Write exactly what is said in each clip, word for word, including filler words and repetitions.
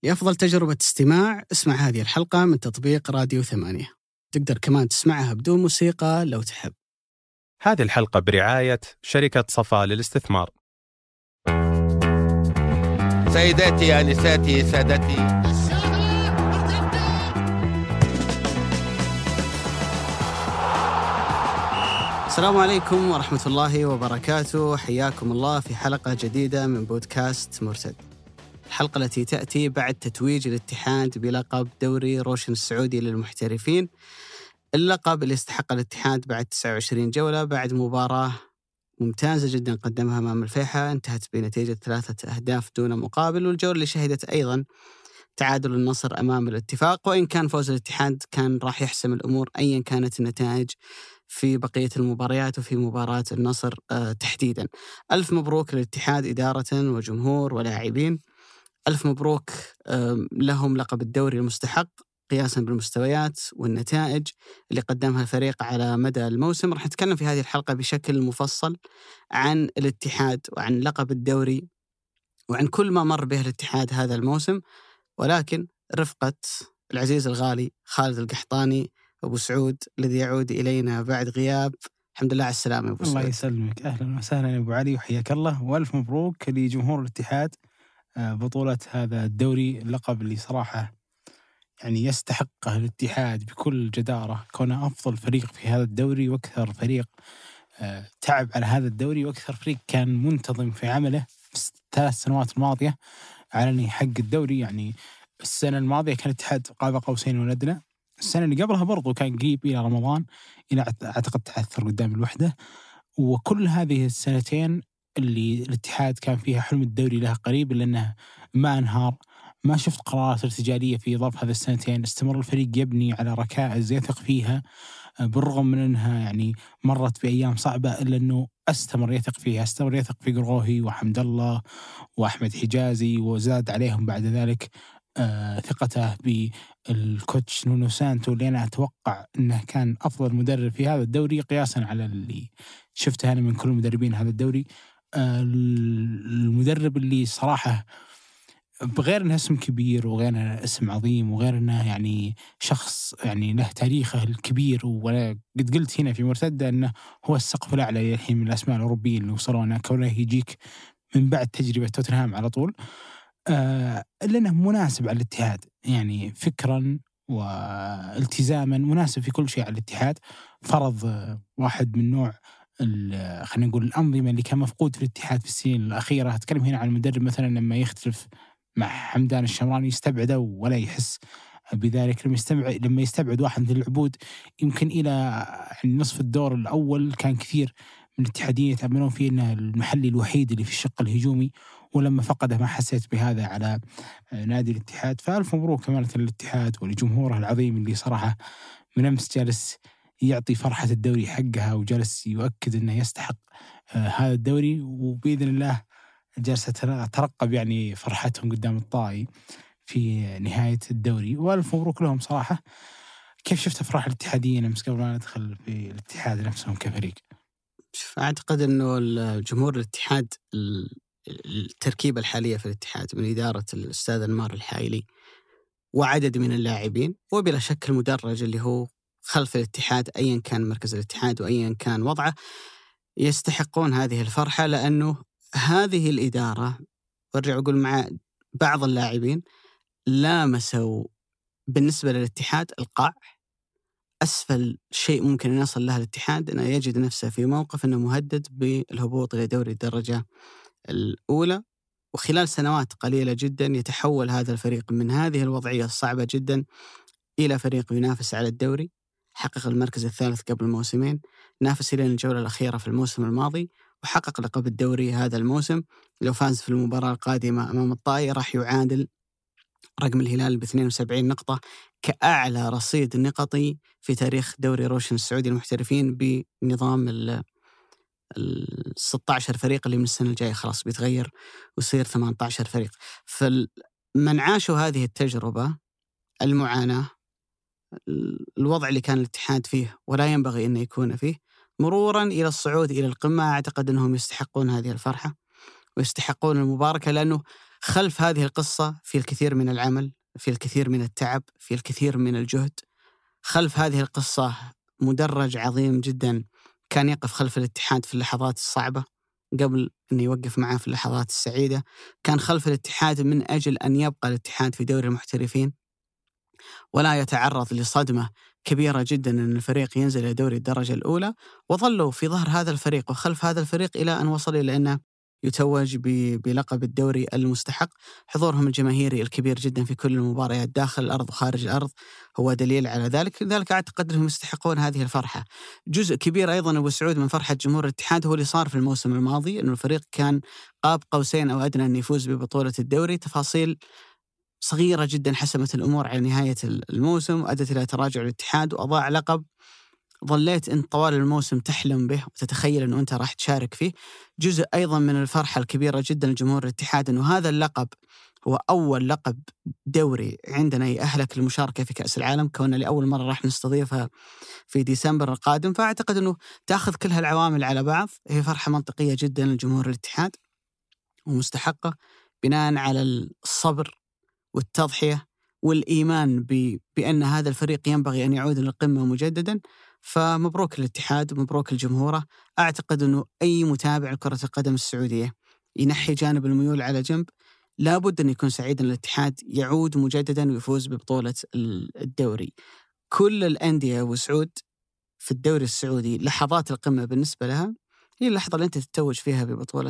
لأفضل تجربة استماع اسمع هذه الحلقة من تطبيق راديو ثمانية. تقدر كمان تسمعها بدون موسيقى لو تحب. هذه الحلقة برعاية شركة صفا للاستثمار. سيداتي أنساتي سادتي، السلام عليكم ورحمة الله وبركاته. حياكم الله في حلقة جديدة من بودكاست مرتد، الحلقة التي تأتي بعد تتويج الاتحاد بلقب دوري روشن السعودي للمحترفين، اللقب اللي استحق الاتحاد بعد تسعة وعشرين جولة بعد مباراة ممتازة جدا قدمها أمام الفيحة، انتهت بنتيجة ثلاثة أهداف دون مقابل، والجولة اللي شهدت أيضا تعادل النصر أمام الاتفاق، وإن كان فوز الاتحاد كان راح يحسم الأمور أيا كانت النتائج في بقية المباريات وفي مباراة النصر آه تحديدا. ألف مبروك للاتحاد إدارة وجمهور ولاعبين، ألف مبروك آه لهم لقب الدوري المستحق قياسا بالمستويات والنتائج اللي قدمها الفريق على مدى الموسم. راح نتكلم في هذه الحلقة بشكل مفصل عن الاتحاد وعن لقب الدوري وعن كل ما مر به الاتحاد هذا الموسم، ولكن رفقة العزيز الغالي خالد القحطاني أبو سعود الذي يعود إلينا بعد غياب. الحمد لله على السلامة أبو سعود. الله يسلمك، أهلا وسهلا يا أبو علي وحياك الله، وألف مبروك لجمهور الاتحاد بطولة هذا الدوري، اللقب اللي صراحة يعني يستحقه الاتحاد بكل جدارة، كونه أفضل فريق في هذا الدوري وأكثر فريق تعب على هذا الدوري وأكثر فريق كان منتظم في عمله في الثلاث سنوات الماضية على أن يحقق الدوري. يعني السنة الماضية كان الاتحاد قاب قوسين وندنى، السنة اللي قبلها برضو كان قريب إلى رمضان إلى أعتقد تعثر قدام الوحدة، وكل هذه السنتين اللي الاتحاد كان فيها حلم الدوري له قريب لأنه ما انهار، ما شفت قرارات ارتجالية في ظرف هذه السنتين، استمر الفريق يبني على ركائز يثق فيها بالرغم من أنها يعني مرت بأيام صعبة، إلا أنه استمر يثق فيها، استمر يثق في قروهي وحمد الله وأحمد حجازي، وزاد عليهم بعد ذلك آه ثقته بالكوتش نونو سانتو اللي أنا أتوقع أنه كان أفضل مدرب في هذا الدوري قياسا على اللي شفته أنا من كل مدربين هذا الدوري. آه المدرب اللي صراحة بغير أنه اسم كبير وغير أنه اسم عظيم وغير أنه يعني شخص يعني له تاريخه الكبير، وأنا قد قلت هنا في مرتدة أنه هو السقف الأعلى الحين من الأسماء الأوروبية اللي وصلونا، كونه يجيك من بعد تجربة توتنهام على طول، آه لأنه مناسب على الاتحاد، يعني فكرا والتزاما مناسب في كل شيء على الاتحاد. فرض واحد من نوع خلينا نقول الأنظمة اللي كان مفقود في الاتحاد في السنين الأخيرة. هتكلم هنا عن المدرب مثلا لما يختلف مع حمدان الشمراني يستبعده ولا يحس بذلك، لما يستبعد لما يستبعد واحد من العبود يمكن إلى يعني نصف الدور الأول كان كثير من الاتحاديين يتأملون فيه أنه المحلي الوحيد اللي في الشق الهجومي، ولما فقده ما حسيت بهذا على نادي الاتحاد. فألف مبروك كمان للاتحاد ولجمهوره العظيم اللي صراحة من أمس جالس يعطي فرحة الدوري حقها وجالس يؤكد أنه يستحق هذا الدوري، وبإذن الله جالس أترقب يعني فرحتهم قدام الطائي في نهاية الدوري. وألف مبروك لهم صراحة. كيف شفت أفراح الاتحاديين أمس قبل ما ندخل في الاتحاد نفسهم كفريق؟ أعتقد أنه الجمهور الاتحاد التركيبة الحالية في الاتحاد من إدارة الأستاذ أنمار الحايلي وعدد من اللاعبين وبلا شك المدرج اللي هو خلف الاتحاد أيا كان مركز الاتحاد وأيا كان وضعه يستحقون هذه الفرحة، لأنه هذه الإدارة وارجع أقول مع بعض اللاعبين لامسوا بالنسبة للاتحاد القاع. أسفل شيء ممكن يصل له الاتحاد أنه يجد نفسه في موقف أنه مهدد بالهبوط إلى دوري الدرجة الأولى، وخلال سنوات قليلة جدا يتحول هذا الفريق من هذه الوضعية الصعبة جدا إلى فريق ينافس على الدوري. حقق المركز الثالث قبل موسمين، نافس إلى الجولة الأخيرة في الموسم الماضي، وحقق لقب الدوري هذا الموسم. لو فاز في المباراة القادمة أمام الطائي راح يعادل رقم الهلال ب اثنين وسبعين نقطة كأعلى رصيد نقطي في تاريخ دوري روشن السعودي المحترفين بنظام ال ستة عشر فريق اللي من السنة الجاية خلاص بيتغير ويصير ثمانية عشر فريق. فمن عاشوا هذه التجربة المعاناة، الوضع اللي كان الاتحاد فيه ولا ينبغي أن يكون فيه، مرورا إلى الصعود إلى القمة، أعتقد أنهم يستحقون هذه الفرحة ويستحقون المباركة، لأنه خلف هذه القصة في الكثير من العمل، في الكثير من التعب، في الكثير من الجهد. خلف هذه القصة مدرج عظيم جدا كان يقف خلف الاتحاد في اللحظات الصعبة قبل أن يوقف معه في اللحظات السعيدة. كان خلف الاتحاد من أجل أن يبقى الاتحاد في دوري المحترفين ولا يتعرض لصدمة كبيرة جدا أن الفريق ينزل إلى دوري الدرجة الأولى، وظلوا في ظهر هذا الفريق وخلف هذا الفريق إلى أن وصل إلى أنه يتوج بلقب الدوري المستحق. حضورهم الجماهيري الكبير جدا في كل المباريات داخل الأرض وخارج الأرض هو دليل على ذلك. لذلك أعتقد أنهم يستحقون هذه الفرحة. جزء كبير أيضا أبو سعود من فرحة جمهور الاتحاد هو اللي صار في الموسم الماضي، أنه الفريق كان قاب قوسين أو أدنى أن يفوز ببطولة الدوري. تفاصيل صغيرة جدا حسمت الأمور على نهاية الموسم وأدت إلى تراجع الاتحاد وأضاع لقب ظليت أنت طوال الموسم تحلم به وتتخيل أنه أنت راح تشارك فيه. جزء أيضا من الفرحة الكبيرة جدا لجمهور الاتحاد أنه هذا اللقب هو أول لقب دوري عندنا يأهلك للمشاركة في كأس العالم، كوننا لأول مرة راح نستضيفها في ديسمبر القادم. فأعتقد أنه تأخذ كل هالعوامل على بعض هي فرحة منطقية جدا لجمهور الاتحاد ومستحقة بناء على الصبر والتضحية والإيمان بأن هذا الفريق ينبغي أن يعود للقمة مجددا. فمبروك الاتحاد ومبروك الجمهورة. أعتقد أنه أي متابع لكرة القدم السعودية ينحي جانب الميول على جنب لابد أن يكون سعيدا الاتحاد يعود مجددا ويفوز ببطولة الدوري. كل الأندية وسعود في الدوري السعودي لحظات القمة بالنسبة لها هي اللحظة اللي أنت تتوج فيها ببطولة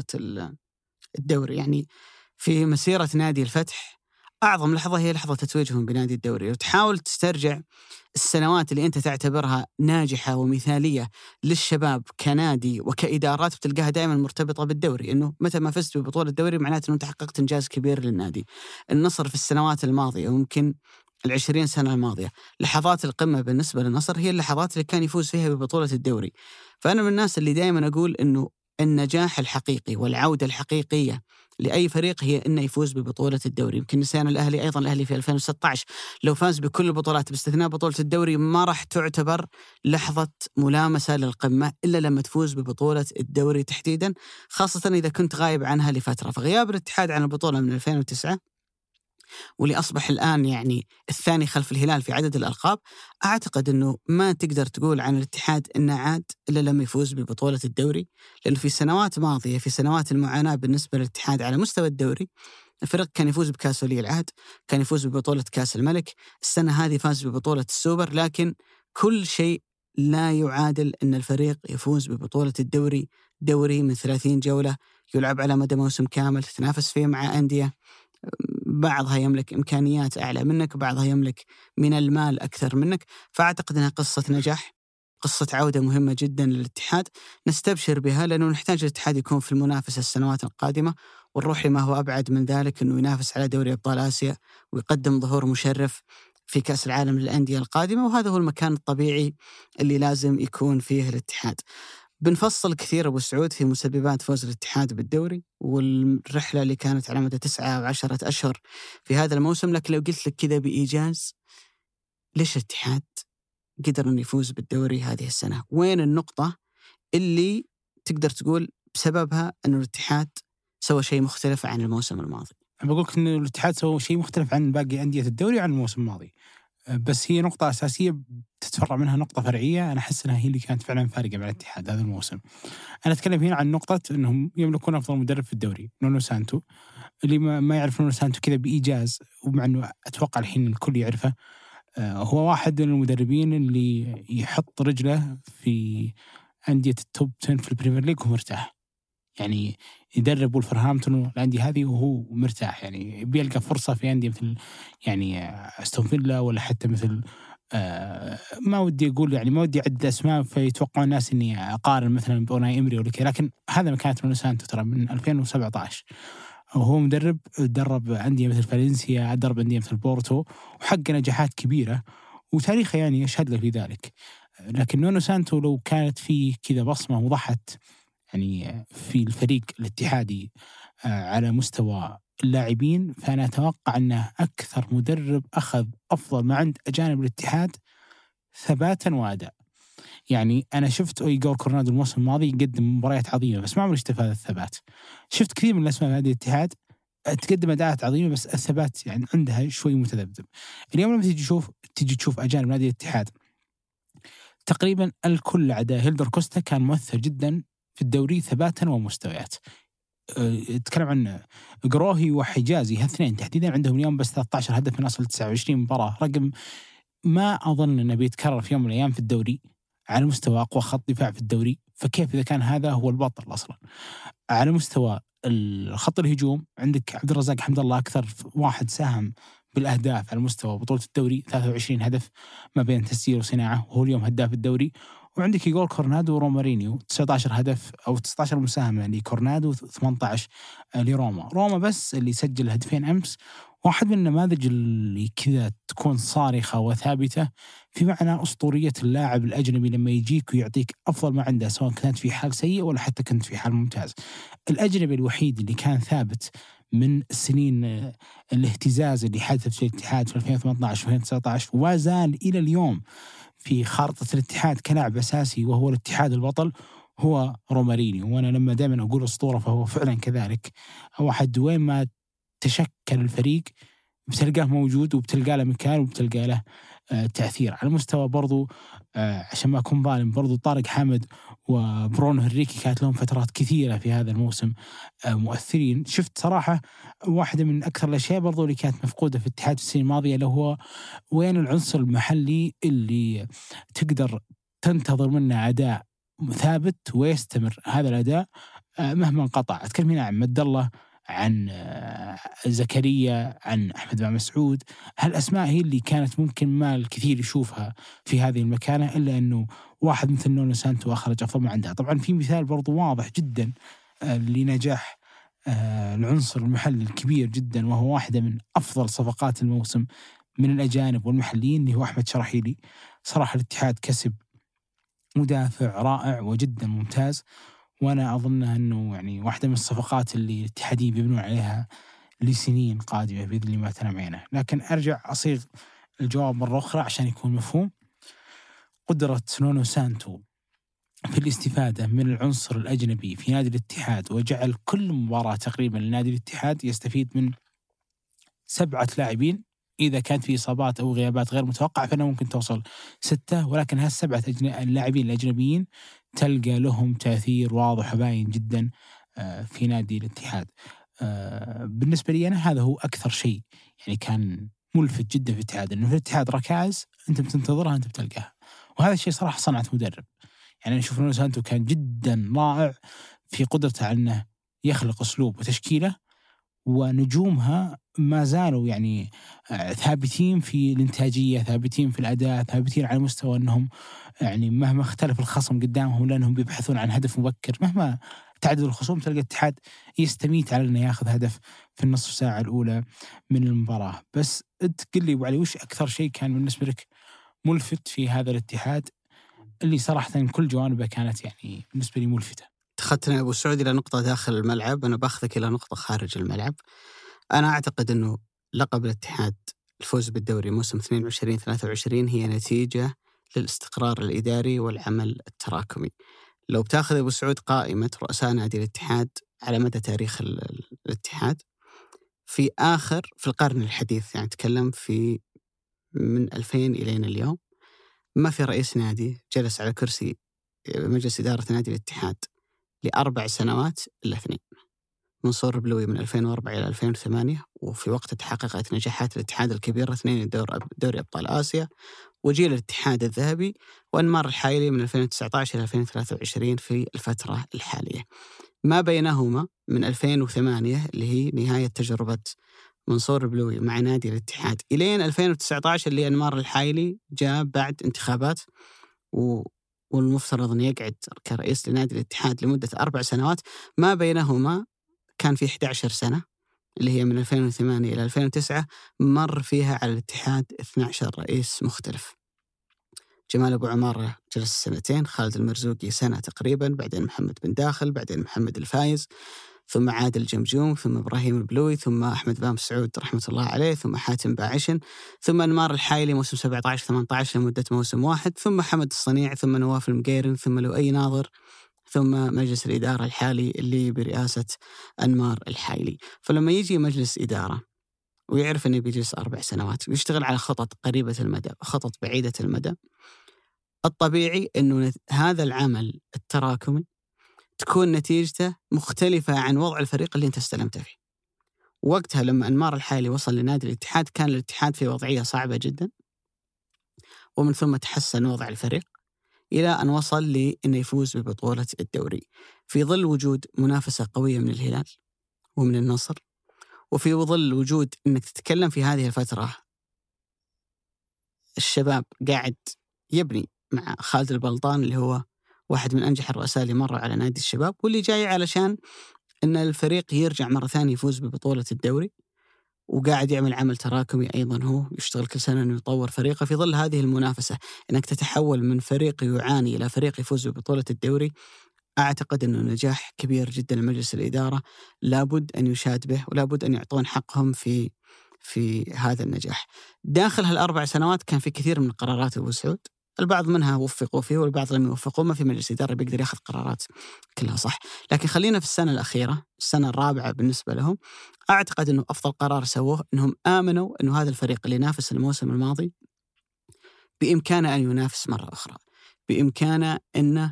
الدوري. يعني في مسيرة نادي الفتح أعظم لحظة هي لحظة تتويجهم بنادي الدوري، وتحاول تسترجع السنوات اللي أنت تعتبرها ناجحة ومثالية للشباب كنادي وكإدارات بتلقاها دائما مرتبطة بالدوري، إنه متى ما فزت ببطولة الدوري معناته أنه تحققت إنجاز كبير للنادي. النصر في السنوات الماضية وممكن العشرين سنة الماضية لحظات القمة بالنسبة للنصر هي اللحظات اللي كان يفوز فيها ببطولة الدوري. فأنا من الناس اللي دائما أقول إنه النجاح الحقيقي والعودة الحقيقية لأي فريق هي إنه يفوز ببطولة الدوري. يمكن نسيان الأهلي أيضا، الأهلي في ألفين وستة عشر لو فاز بكل البطولات باستثناء بطولة الدوري ما راح تعتبر لحظة ملامسة للقمة إلا لما تفوز ببطولة الدوري تحديدا، خاصة إذا كنت غايب عنها لفترة. فغياب الاتحاد عن البطولة من ألفين وتسعة واللي أصبح الآن يعني الثاني خلف الهلال في عدد الألقاب، أعتقد أنه ما تقدر تقول عن الاتحاد أنه عاد إلا لما يفوز ببطولة الدوري، لأنه في سنوات ماضية في سنوات المعاناة بالنسبة للاتحاد على مستوى الدوري الفريق كان يفوز بكأس ولي العهد، كان يفوز ببطولة كأس الملك، السنة هذه فاز ببطولة السوبر، لكن كل شيء لا يعادل أن الفريق يفوز ببطولة الدوري. دوري من ثلاثين جولة يلعب على مدى موسم كامل، تتنافس فيه مع أندية بعضها يملك إمكانيات أعلى منك، بعضها يملك من المال أكثر منك. فأعتقد أنها قصة نجاح، قصة عودة مهمة جدا للاتحاد نستبشر بها، لأنه نحتاج الاتحاد يكون في المنافسة السنوات القادمة، والروح لما هو أبعد من ذلك أنه ينافس على دوري أبطال آسيا ويقدم ظهور مشرف في كأس العالم للأندية القادمة، وهذا هو المكان الطبيعي اللي لازم يكون فيه الاتحاد. بنفصل كثير أبو سعود في مسببات فوز الاتحاد بالدوري والرحلة اللي كانت على مدى تسعة وعشرة أشهر في هذا الموسم، لكن لو قلت لك كذا بإيجاز ليش الاتحاد قدر أن يفوز بالدوري هذه السنة؟ وين النقطة اللي تقدر تقول بسببها أن الاتحاد سوى شيء مختلف عن الموسم الماضي؟ أنا بقولك أن الاتحاد سوى شيء مختلف عن باقي أندية الدوري عن الموسم الماضي، بس هي نقطة أساسية تتفرع منها نقطة فرعية أنا أحس أنها هي اللي كانت فعلا فارقة مع الاتحاد هذا الموسم. أنا أتكلم هنا عن نقطة أنهم يملكون أفضل مدرب في الدوري نونو سانتو، اللي ما يعرف نونو سانتو كذا بإيجاز، ومع أنه أتوقع الحين الكل يعرفه، هو واحد من المدربين اللي يحط رجله في أندية التوب عشرة في البريمير ليج ومرتاح، يعني يدرب ولفرهامبتون والأندية هذه وهو مرتاح، يعني بيلقى فرصة في أندية مثل يعني أستون فيلا ولا حتى مثل آه ما ودي أقول يعني ما ودي أعد أسماء فيتوقع الناس إني أقارن مثلا بأوناي إمري ولا كذا، لكن هذا ما كانت نونو سانتو ترى من ألفين وسبعة عشر وهو مدرب درب أندية مثل فالنسيا، درب أندية مثل بورتو وحقق نجاحات كبيرة وتاريخه يعني يشهد له في ذلك. لكن نونو سانتو لو كانت فيه كذا بصمة وضحت يعني في الفريق الاتحادي على مستوى اللاعبين، فأنا أتوقع أنه أكثر مدرب أخذ أفضل ما عند أجانب الاتحاد ثباتا وأداء. يعني أنا شفت إيغور كورنادو الموسم الماضي يقدم مباريات عظيمة بس ما عمره اشتفى هذا الثبات. شفت كثير من الأسماء في هذه الاتحاد تقدم أداءات عظيمة بس الثبات يعني عندها شوي متذبذب. اليوم لما تيجي تشوف تيجي تشوف أجانب نادي الاتحاد تقريبا الكل عدا هيلدر كوستا كان مؤثر جدا في الدوري ثباتا ومستويات. اتكلم عن قروهي وحجازي، هالاثنين تحديدا عندهم اليوم بس ثلاثة عشر هدف من أصل تسعة وعشرين مباراة، رقم ما أظن أنه بيتكرر في يوم من الأيام في الدوري على مستوى أقوى خط دفاع في الدوري. فكيف إذا كان هذا هو البطل أصلا؟ على مستوى الخط الهجوم عندك عبد الرزاق حمد الله أكثر واحد ساهم بالأهداف على مستوى بطولة الدوري، ثلاثة وعشرين هدف ما بين تسجيل وصناعة، وهو اليوم هداف الدوري. وعندك يقول كورنادو ورومارينيو تسعة عشر هدف أو تسعة عشر مساهمة لكورنادو ثمانية عشر لروما. روما بس اللي سجل هدفين أمس، واحد من النماذج اللي كذا تكون صارخة وثابتة في معنى أسطورية اللاعب الأجنبي لما يجيك ويعطيك أفضل ما عنده سواء كانت في حال سيء ولا حتى كنت في حال ممتاز. الأجنبي الوحيد اللي كان ثابت من السنين الاهتزاز اللي حدثت في الاتحاد في ألفين وثمانية عشر وألفين وتسعة عشر وزال إلى اليوم في خارطة الاتحاد كلاعب أساسي وهو الاتحاد البطل هو رومارينيو. وأنا لما دائما أقول أسطورة فهو فعلا كذلك. واحد وين ما تشكل الفريق بتلقاه موجود وبتلقى له مكان وبتلقى له آه تأثير. على مستوى برضو آه عشان ما أكون ظالم برضو طارق حامد وبرونو هنريكي كانت لهم فترات كثيرة في هذا الموسم آه مؤثرين. شفت صراحة واحدة من أكثر الأشياء برضو اللي كانت مفقودة في الاتحاد في السنة الماضية اللي هو وين العنصر المحلي اللي تقدر تنتظر منه أداء ثابت ويستمر هذا الأداء آه مهما انقطع. أتكلم هنا عن مد الله، عن زكريا، عن أحمد بن مسعود. هالأسماء هي اللي كانت ممكن ما الكثير يشوفها في هذه المكانة، إلا أنه واحد مثل نونو سانتو أخرج أفضل ما عندها. طبعا في مثال برضو واضح جدا لنجاح العنصر المحلي الكبير جدا وهو واحدة من أفضل صفقات الموسم من الأجانب والمحليين اللي هو أحمد شراحيلي. صراحة الاتحاد كسب مدافع رائع وجدا ممتاز، وأنا أظن أنه يعني واحدة من الصفقات اللي الاتحادين بيبنون عليها لسنين قادمة بإذن الله ما تنام عينه. لكن أرجع أصيغ الجواب مرة أخرى عشان يكون مفهوم. قدرة نونو سانتو في الاستفادة من العنصر الأجنبي في نادي الاتحاد وجعل كل مباراة تقريبا لنادي الاتحاد يستفيد من سبعة لاعبين. إذا كانت في إصابات أو غيابات غير متوقعة فإنها ممكن توصل ستة، ولكن هالسبعة اللاعبين الأجنبيين تلقى لهم تأثير واضح وباين جدا في نادي الاتحاد. بالنسبة لي أنا هذا هو أكثر شيء يعني كان ملفت جدا في الاتحاد، إنه في الاتحاد ركائز أنت بتنتظرها أنت بتلقاها، وهذا الشيء صراحة صنعة مدرب. يعني أنا أشوف نونو سانتو كان جدا رائع في قدرته على أنه يخلق أسلوب وتشكيله، ونجومها ما زالوا يعني ثابتين في الانتاجية، ثابتين في الأداء، ثابتين على مستوى أنهم يعني مهما اختلف الخصم قدامهم لأنهم بيبحثون عن هدف مبكر. مهما تعدد الخصوم تلقى الاتحاد يستميت على أنه يأخذ هدف في النصف ساعة الأولى من المباراة. بس تقول لي أبو علي وش أكثر شيء كان بالنسبة لك ملفت في هذا الاتحاد اللي صراحة كل جوانبه كانت يعني بالنسبة لي ملفتة؟ أخذتنا أبو سعود إلى نقطة داخل الملعب، أنا بأخذك إلى نقطة خارج الملعب. أنا أعتقد أنه لقب الاتحاد الفوز بالدوري موسم اثنين وعشرين ثلاثة وعشرين هي نتيجة للاستقرار الإداري والعمل التراكمي. لو بتاخذ أبو سعود قائمة رؤساء نادي الاتحاد على مدى تاريخ الاتحاد في آخر في القرن الحديث، يعني تكلم في من ألفين إلى اليوم، ما في رئيس نادي جلس على كرسي مجلس إدارة نادي الاتحاد لأربع سنوات إلا اثنين. منصور بلوي من ألفين وأربعة إلى ألفين وثمانية، وفي وقت تحققت نجاحات الاتحاد الكبيرة اثنين دور دوري أبطال آسيا وجيل الاتحاد الذهبي، وأنمار الحايلي من ألفين وتسعة عشر إلى ألفين وثلاثة وعشرين في الفترة الحالية. ما بينهما من ألفين وثمانية اللي هي نهاية تجربة منصور بلوي مع نادي الاتحاد إلين ألفين وتسعة عشر اللي أنمار الحايلي جاء بعد انتخابات و والمفترض أن يقعد كرئيس لنادي الاتحاد لمدة أربع سنوات. ما بينهما كان في إحدى عشرة سنة اللي هي من ألفين وثمانية إلى ألفين وتسعة مر فيها على الاتحاد اثني عشر رئيس مختلف. جمال أبو عمارة جلس سنتين، خالد المرزوقي سنة تقريبا، بعدين محمد بن داخل، بعدين محمد الفايز، ثم عادل جمجوم، ثم إبراهيم البلوي، ثم أحمد بن مسعود رحمة الله عليه، ثم حاتم باعشن، ثم أنمار الحايلي موسم سبعة عشر ثمانية عشر لمدة موسم واحد، ثم حمد الصنيع، ثم نواف المقيرن، ثم لؤي ناظر، ثم مجلس الإدارة الحالي اللي برئاسة أنمار الحايلي. فلما يجي مجلس إدارة ويعرف أنه بيجلس أربع سنوات ويشتغل على خطط قريبة المدى وخطط بعيدة المدى، الطبيعي أنه هذا العمل التراكمي تكون نتيجته مختلفة عن وضع الفريق اللي أنت استلمته فيه. وقتها لما أنمار الحايلي وصل لنادي الاتحاد كان الاتحاد في وضعية صعبة جدا، ومن ثم تحسن وضع الفريق إلى أن وصل لأنه يفوز ببطولة الدوري في ظل وجود منافسة قوية من الهلال ومن النصر، وفي ظل وجود أنك تتكلم في هذه الفترة الشباب قاعد يبني مع خالد البلطان اللي هو واحد من أنجح الرؤساء اللي مروا على نادي الشباب، واللي جاي علشان أن الفريق يرجع مرة ثانية يفوز ببطولة الدوري، وقاعد يعمل عمل تراكمي أيضا هو يشتغل كل سنة أنه يطور فريقه. في ظل هذه المنافسة أنك تتحول من فريق يعاني إلى فريق يفوز ببطولة الدوري، أعتقد أنه نجاح كبير جدا لمجلس الإدارة، لابد أن يشاد به ولابد أن يعطون حقهم في في هذا النجاح. داخل هالأربع سنوات كان في كثير من قرارات أبو سعود، البعض منها وفقوا فيه والبعض لم يوفقوا، ما في مجلس إدارة بيقدر ياخذ قرارات كلها صح. لكن خلينا في السنة الأخيرة، السنة الرابعة بالنسبة لهم، أعتقد أنه أفضل قرار سووه أنهم آمنوا أنه هذا الفريق اللي نافس الموسم الماضي بإمكانه أن ينافس مرة أخرى، بإمكانه أنه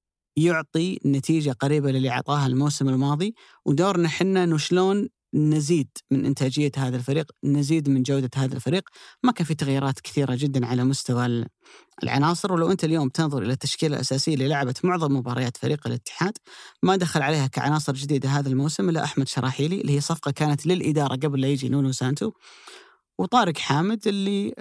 يعطي نتيجة قريبة للي أعطاها الموسم الماضي، ودورنا حنا أنه شلون نزيد من إنتاجية هذا الفريق، نزيد من جودة هذا الفريق. ما كان في تغييرات كثيرة جدا على مستوى العناصر، ولو أنت اليوم تنظر إلى التشكيلة الأساسية اللي لعبت معظم مباريات فريق الاتحاد ما دخل عليها كعناصر جديدة هذا الموسم إلا أحمد شراحيلي اللي هي صفقة كانت للإدارة قبل لا يجي نونو سانتو، وطارق حامد اللي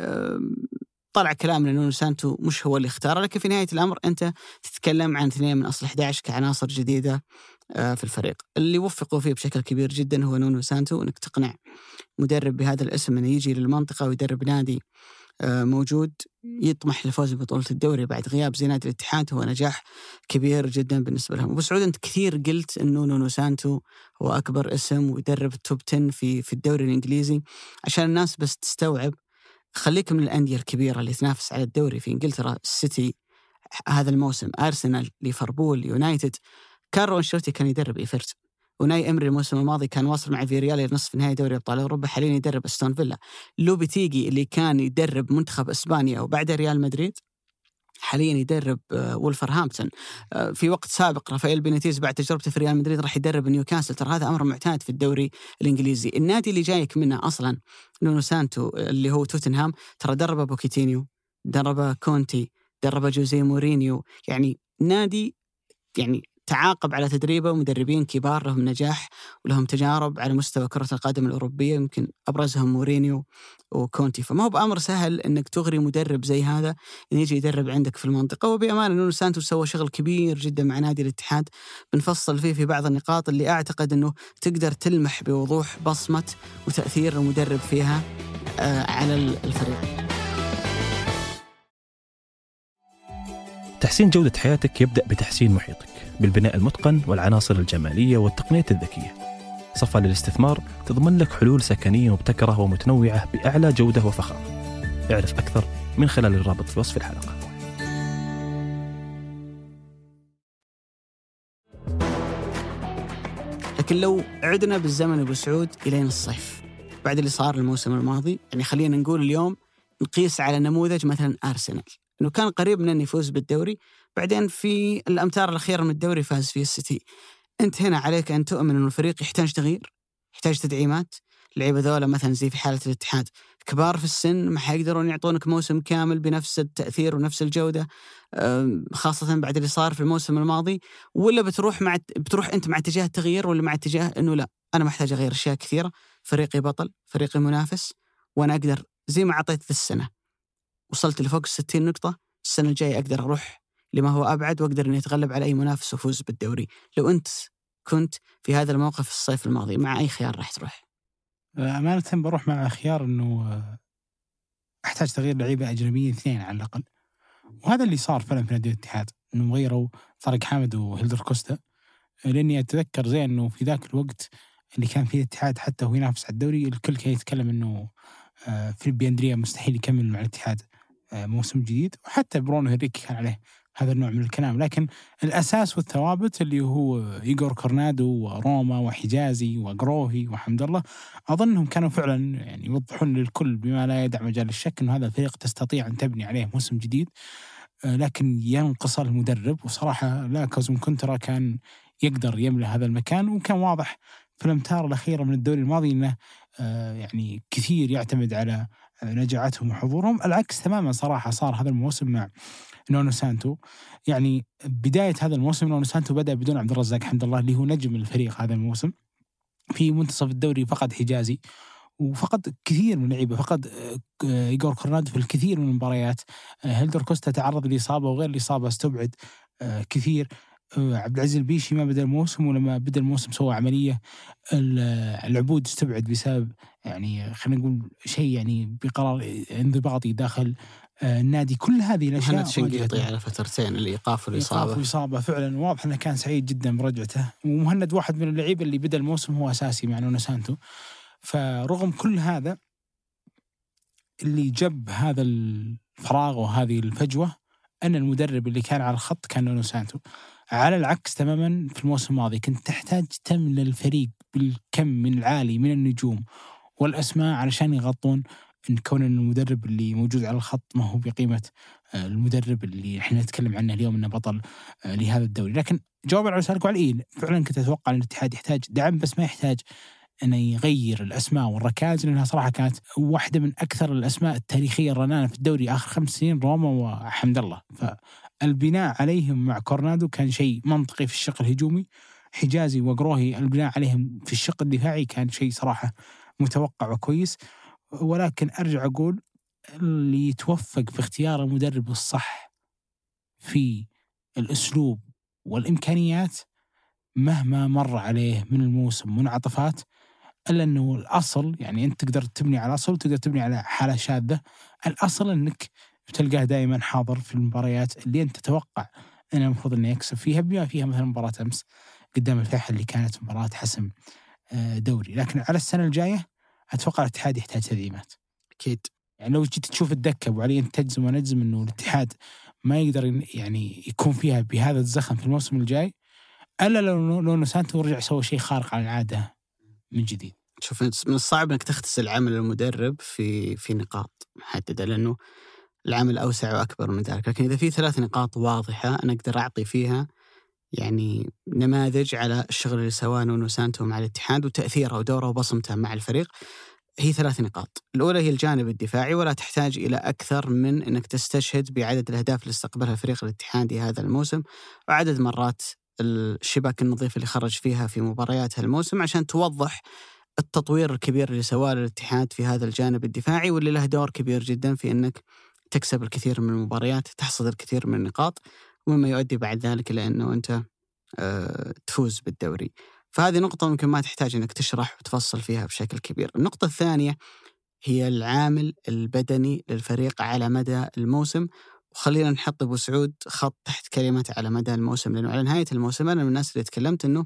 طلع كلام لأن نونو سانتو مش هو اللي اختاره، لكن في نهاية الأمر أنت تتكلم عن اثنين من أصل أحد عشر كعناصر جديدة في الفريق. اللي وفقوا فيه بشكل كبير جدا هو نونو سانتو، أنك تقنع مدرب بهذا الاسم أنه يجي للمنطقة ويدرب نادي موجود يطمح للفوز ببطولة الدوري بعد غياب زي نادي الاتحاد، هو نجاح كبير جدا بالنسبة لهم. أبو سعود، أنت كثير قلت أنه نونو سانتو هو أكبر اسم ويدرب التوب عشرة في في الدوري الإنجليزي. عشان الناس بس تستوعب، خليك من الأندية الكبيرة اللي تنافس على الدوري في إنجلترا، السيتي هذا الموسم، أرسنال، ليفربول، يونايتد. كارلو أنشيلوتي كان يدرب إيفرتون، وناي إمري الموسم الماضي كان واصل مع فيريال لنصف نهائي دوري أبطال أوروبا، حاليا يدرب أستون فيلا. لوبيتيجي اللي كان يدرب منتخب إسبانيا وبعد ريال مدريد حاليا يدرب وولفرهامبتون. في وقت سابق رافائيل بينيتيز بعد تجربته في ريال مدريد راح يدرب نيوكاسل. ترى هذا أمر معتاد في الدوري الإنجليزي. النادي اللي جايك منه أصلا نونو سانتو اللي هو توتنهام، ترى درب بوكيتينيو، درب كونتي، درب جوزيه مورينيو، يعني نادي يعني تعاقب على تدريبه ومدربين كبار لهم نجاح ولهم تجارب على مستوى كرة القدم الأوروبية، يمكن أبرزهم مورينيو وكونتي. فما هو بأمر سهل أنك تغري مدرب زي هذا أن يجي يدرب عندك في المنطقة. وبأمانة نونو سانتو سوى شغل كبير جدا مع نادي الاتحاد، بنفصل فيه في بعض النقاط اللي أعتقد أنه تقدر تلمح بوضوح بصمة وتأثير المدرب فيها على الفريق. تحسين جودة حياتك يبدأ بتحسين محيطك بالبناء المتقن والعناصر الجمالية والتقنية الذكية. صفا للاستثمار تضمن لك حلول سكنية مبتكرة ومتنوعة بأعلى جودة وفخامة. اعرف أكثر من خلال الرابط في وصف الحلقة. لكن لو عدنا بالزمن أبو سعود إلى الصيف بعد اللي صار الموسم الماضي، يعني خلينا نقول اليوم نقيس على نموذج مثلا أرسنال، إنه كان قريب من أن يفوز بالدوري، بعدين في الأمتار الأخيرة من الدوري فاز فيه السيتي. أنت هنا عليك أن تؤمن أن الفريق يحتاج تغيير، يحتاج تدعيمات. لعيبة ذولا مثلا زي في حالة الاتحاد كبار في السن، ما حيقدرون يعطونك موسم كامل بنفس التأثير ونفس الجودة، خاصة بعد اللي صار في الموسم الماضي. ولا بتروح مع بتروح أنت مع اتجاه التغيير، ولا مع اتجاه أنه لا أنا محتاج أغير أشياء كثيرة، فريقي بطل، فريقي منافس، وأنا أقدر زي ما عطيت في السنة وصلت لفوق الستين نقطة، السنة الجاية أقدر أروح لما هو أبعد وأقدر أن يتغلب على أي منافس وفوز بالدوري. لو أنت كنت في هذا الموقف في الصيف الماضي، مع أي خيار راح تروح؟ أمانة بروح مع خيار أنه أحتاج تغيير لعيبة أجنبيين اثنين على الأقل، وهذا اللي صار فعلا في نادي الاتحاد، أنه غيروا طارق حامد وهيلدر كوستا. لأني أتذكر زي أنه في ذاك الوقت اللي كان فيه الاتحاد حتى هو ينافس على الدوري، الكل كان يتكلم أنه فيليبي أندريا مستحيل يكمل مع الاتحاد موسم جديد، وحتى برونو هنريكي كان عليه هذا النوع من الكلام. لكن الأساس والثوابت اللي هو إيغور كورنادو وروما وحجازي وقروهي وحمد الله، أظنهم كانوا فعلا يعني يوضحون للكل بما لا يدع مجال الشك أنه هذا الفريق تستطيع أن تبني عليه موسم جديد، لكن ينقص المدرب. وصراحة لا كوزم كونترا كان يقدر يملأ هذا المكان، وكان واضح في الأمتار الأخيرة من الدوري الماضي أنه يعني كثير يعتمد على نجاعتهم وحضورهم. العكس تماما صراحة صار هذا الموسم مع نونو سانتو. يعني بداية هذا الموسم نونو سانتو بدأ بدون عبد الرزاق حمد الله اللي هو نجم الفريق هذا الموسم. في منتصف الدوري فقد حجازي وفقد كثير من اللعيبة، فقد إيغور كورنادو في الكثير من المباريات. هيلدر كوستا تعرض لإصابة وغير الإصابة استبعد كثير. عبد العزيز البيشي ما بدأ الموسم، ولما بدأ الموسم سوى عملية. العبود استبعد بسبب يعني خلينا نقول شيء يعني بقرار انضباطي داخل النادي. كل هذه الأشياء. مهند شنقيطي على فترتين الإيقاف والإصابة. الإيقاف والإصابة فعلا واضح أنه كان سعيد جدا برجعته. ومهند واحد من اللعيبة اللي بدأ الموسم هو أساسي مع نونو سانتو. فرغم كل هذا اللي جب هذا الفراغ وهذه الفجوة أن المدرب اللي كان على الخط كان نونو سانتو. على العكس تماما في الموسم الماضي كنت تحتاج تملى الفريق بالكم من العالي من النجوم والأسماء علشان يغطون إن كون المدرب اللي موجود على الخط ما هو بقيمة المدرب اللي احنا نتكلم عنه اليوم إنه بطل لهذا الدوري. لكن جوابا على سؤالك على إيه، فعلا كنت أتوقع أن الاتحاد يحتاج دعم، بس ما يحتاج أنه يغير الأسماء والركائز، لأنها صراحة كانت واحدة من أكثر الأسماء التاريخية الرنانة في الدوري آخر خمس سنين، روما وحمد الله. فالبناء عليهم مع كورنادو كان شيء منطقي في الشق الهجومي. حجازي وقروهي البناء عليهم في الشق الدفاعي كان شيء صراحة متوقع وكويس. ولكن أرجع أقول اللي يتوفق في اختيار المدرب الصح في الأسلوب والإمكانيات مهما مر عليه من الموسم منعطفات، إلا أنه الأصل يعني أنت تقدر تبني على أصل وتقدر تبني على حالة شاذة. الأصل أنك تلقاه دائما حاضر في المباريات اللي أنت تتوقع أنه المفروض أنه يكسب فيها، بما فيها مثلا مباراة أمس قدام الفيحاء اللي كانت مباراة حسم دوري. لكن على السنة الجاية أتوقع الاتحاد يحتاج تدعيمات أكيد. يعني لو جيت تشوف الدكة أبو علي أنت تجزم ونجزم أنه الاتحاد ما يقدر يعني يكون فيها بهذا الزخم في الموسم الجاي ألا لو نونو سانتو رجع سوى شيء خارق عن العادة من جديد. شوف من الصعب أنك تختصر عمل المدرب في في نقاط محددة، لأنه العمل أوسع وأكبر من ذلك. لكن إذا في ثلاث نقاط واضحة أنا أقدر أعطي فيها يعني نماذج على الشغل اللي سواه نونو سانتو مع الاتحاد وتأثيره ودوره وبصمته مع الفريق، هي ثلاث نقاط. الأولى هي الجانب الدفاعي، ولا تحتاج إلى أكثر من أنك تستشهد بعدد الأهداف اللي استقبلها الفريق الاتحادي هذا الموسم وعدد مرات الشباك النظيف اللي خرج فيها في مباريات هالموسم عشان توضح التطوير الكبير اللي سواه الاتحاد في هذا الجانب الدفاعي، واللي له دور كبير جدا في أنك تكسب الكثير من المباريات، تحصد الكثير من النقاط، ومما يؤدي بعد ذلك إلى أنه أنت أه تفوز بالدوري. فهذه نقطة ممكن ما تحتاج أنك تشرح وتفصل فيها بشكل كبير. النقطة الثانية هي العامل البدني للفريق على مدى الموسم، وخلينا نحط أبو سعود خط تحت كلمة على مدى الموسم، لأنه على نهاية الموسم أنا من الناس اللي تكلمت أنه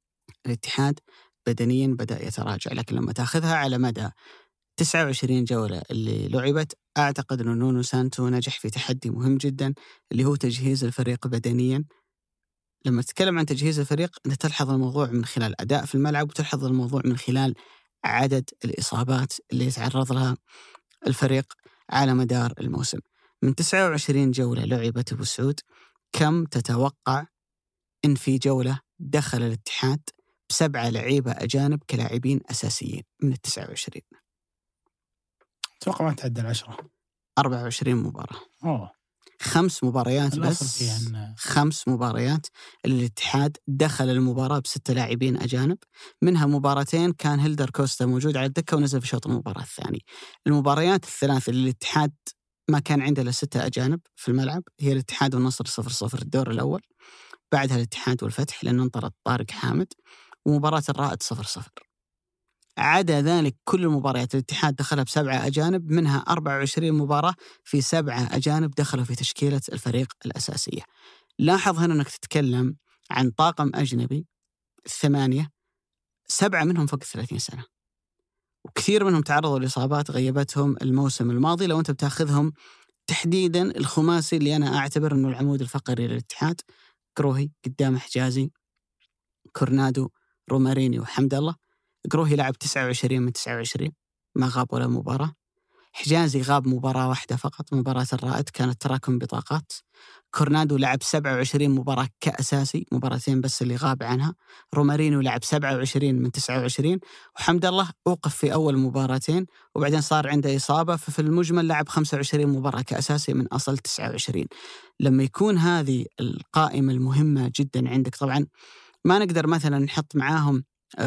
الاتحاد بدنيا بدأ يتراجع، لكن لما تأخذها على مدى تسعة وعشرين جولة اللي لعبت أعتقد أنه نونو سانتو نجح في تحدي مهم جدا اللي هو تجهيز الفريق بدنيا. لما تتكلم عن تجهيز الفريق أنت تلحظ الموضوع من خلال أداء في الملعب، وتلحظ الموضوع من خلال عدد الإصابات اللي يتعرض لها الفريق على مدار الموسم. من تسعة وعشرين جولة لعبت أبو سعود كم تتوقع إن في جولة دخل الاتحاد بسبعة لعيبة أجانب كلاعبين أساسيين من التسعة وعشرين؟ أتوقع ما تعدى العشرة. أربعة وعشرين مباراة. أوه. خمس مباريات بس إن... خمس مباريات الاتحاد دخل المباراة بستة لاعبين أجانب، منها مباراتين كان هيلدر كوستا موجود على الدكة ونزل في شوط المباراة الثاني. المباريات الثلاثة اللي الاتحاد ما كان عنده إلا ستة أجانب في الملعب هي الاتحاد والنصر صفر صفر الدور الأول، بعدها الاتحاد والفتح لأنه انطرد طارق حامد، ومباراة الرائد صفر صفر. عدا ذلك كل المباريات الاتحاد دخلها بسبعة أجانب، منها أربعة وعشرين مباراة في سبعة أجانب دخلوا في تشكيلة الفريق الأساسية. لاحظ هنا أنك تتكلم عن طاقم أجنبي الثمانية، سبعة منهم فوق ثلاثين سنة، وكثير منهم تعرضوا لإصابات غيبتهم الموسم الماضي. لو أنت بتاخذهم تحديدا الخماسي اللي أنا أعتبر أنه العمود الفقري للاتحاد، قروهي قدام حجازي كورنادو روماريني وحمد الله. قروهي لعب تسعة وعشرين من تسعة وعشرين، ما غاب ولا مباراة. حجازي غاب مباراة واحدة فقط، مباراة الرائد، كانت تراكم بطاقات. كورنادو لعب سبعة وعشرين مباراة كأساسي، مباراتين بس اللي غاب عنها. رومارينو لعب سبعة وعشرين من تسعة وعشرين، وحمد الله أوقف في أول مباراتين وبعدين صار عنده إصابة، ففي المجمل لعب خمسة وعشرين مباراة كأساسي من أصل تسعة وعشرين. لما يكون هذه القائمة المهمة جدا عندك، طبعا ما نقدر مثلا نحط معاهم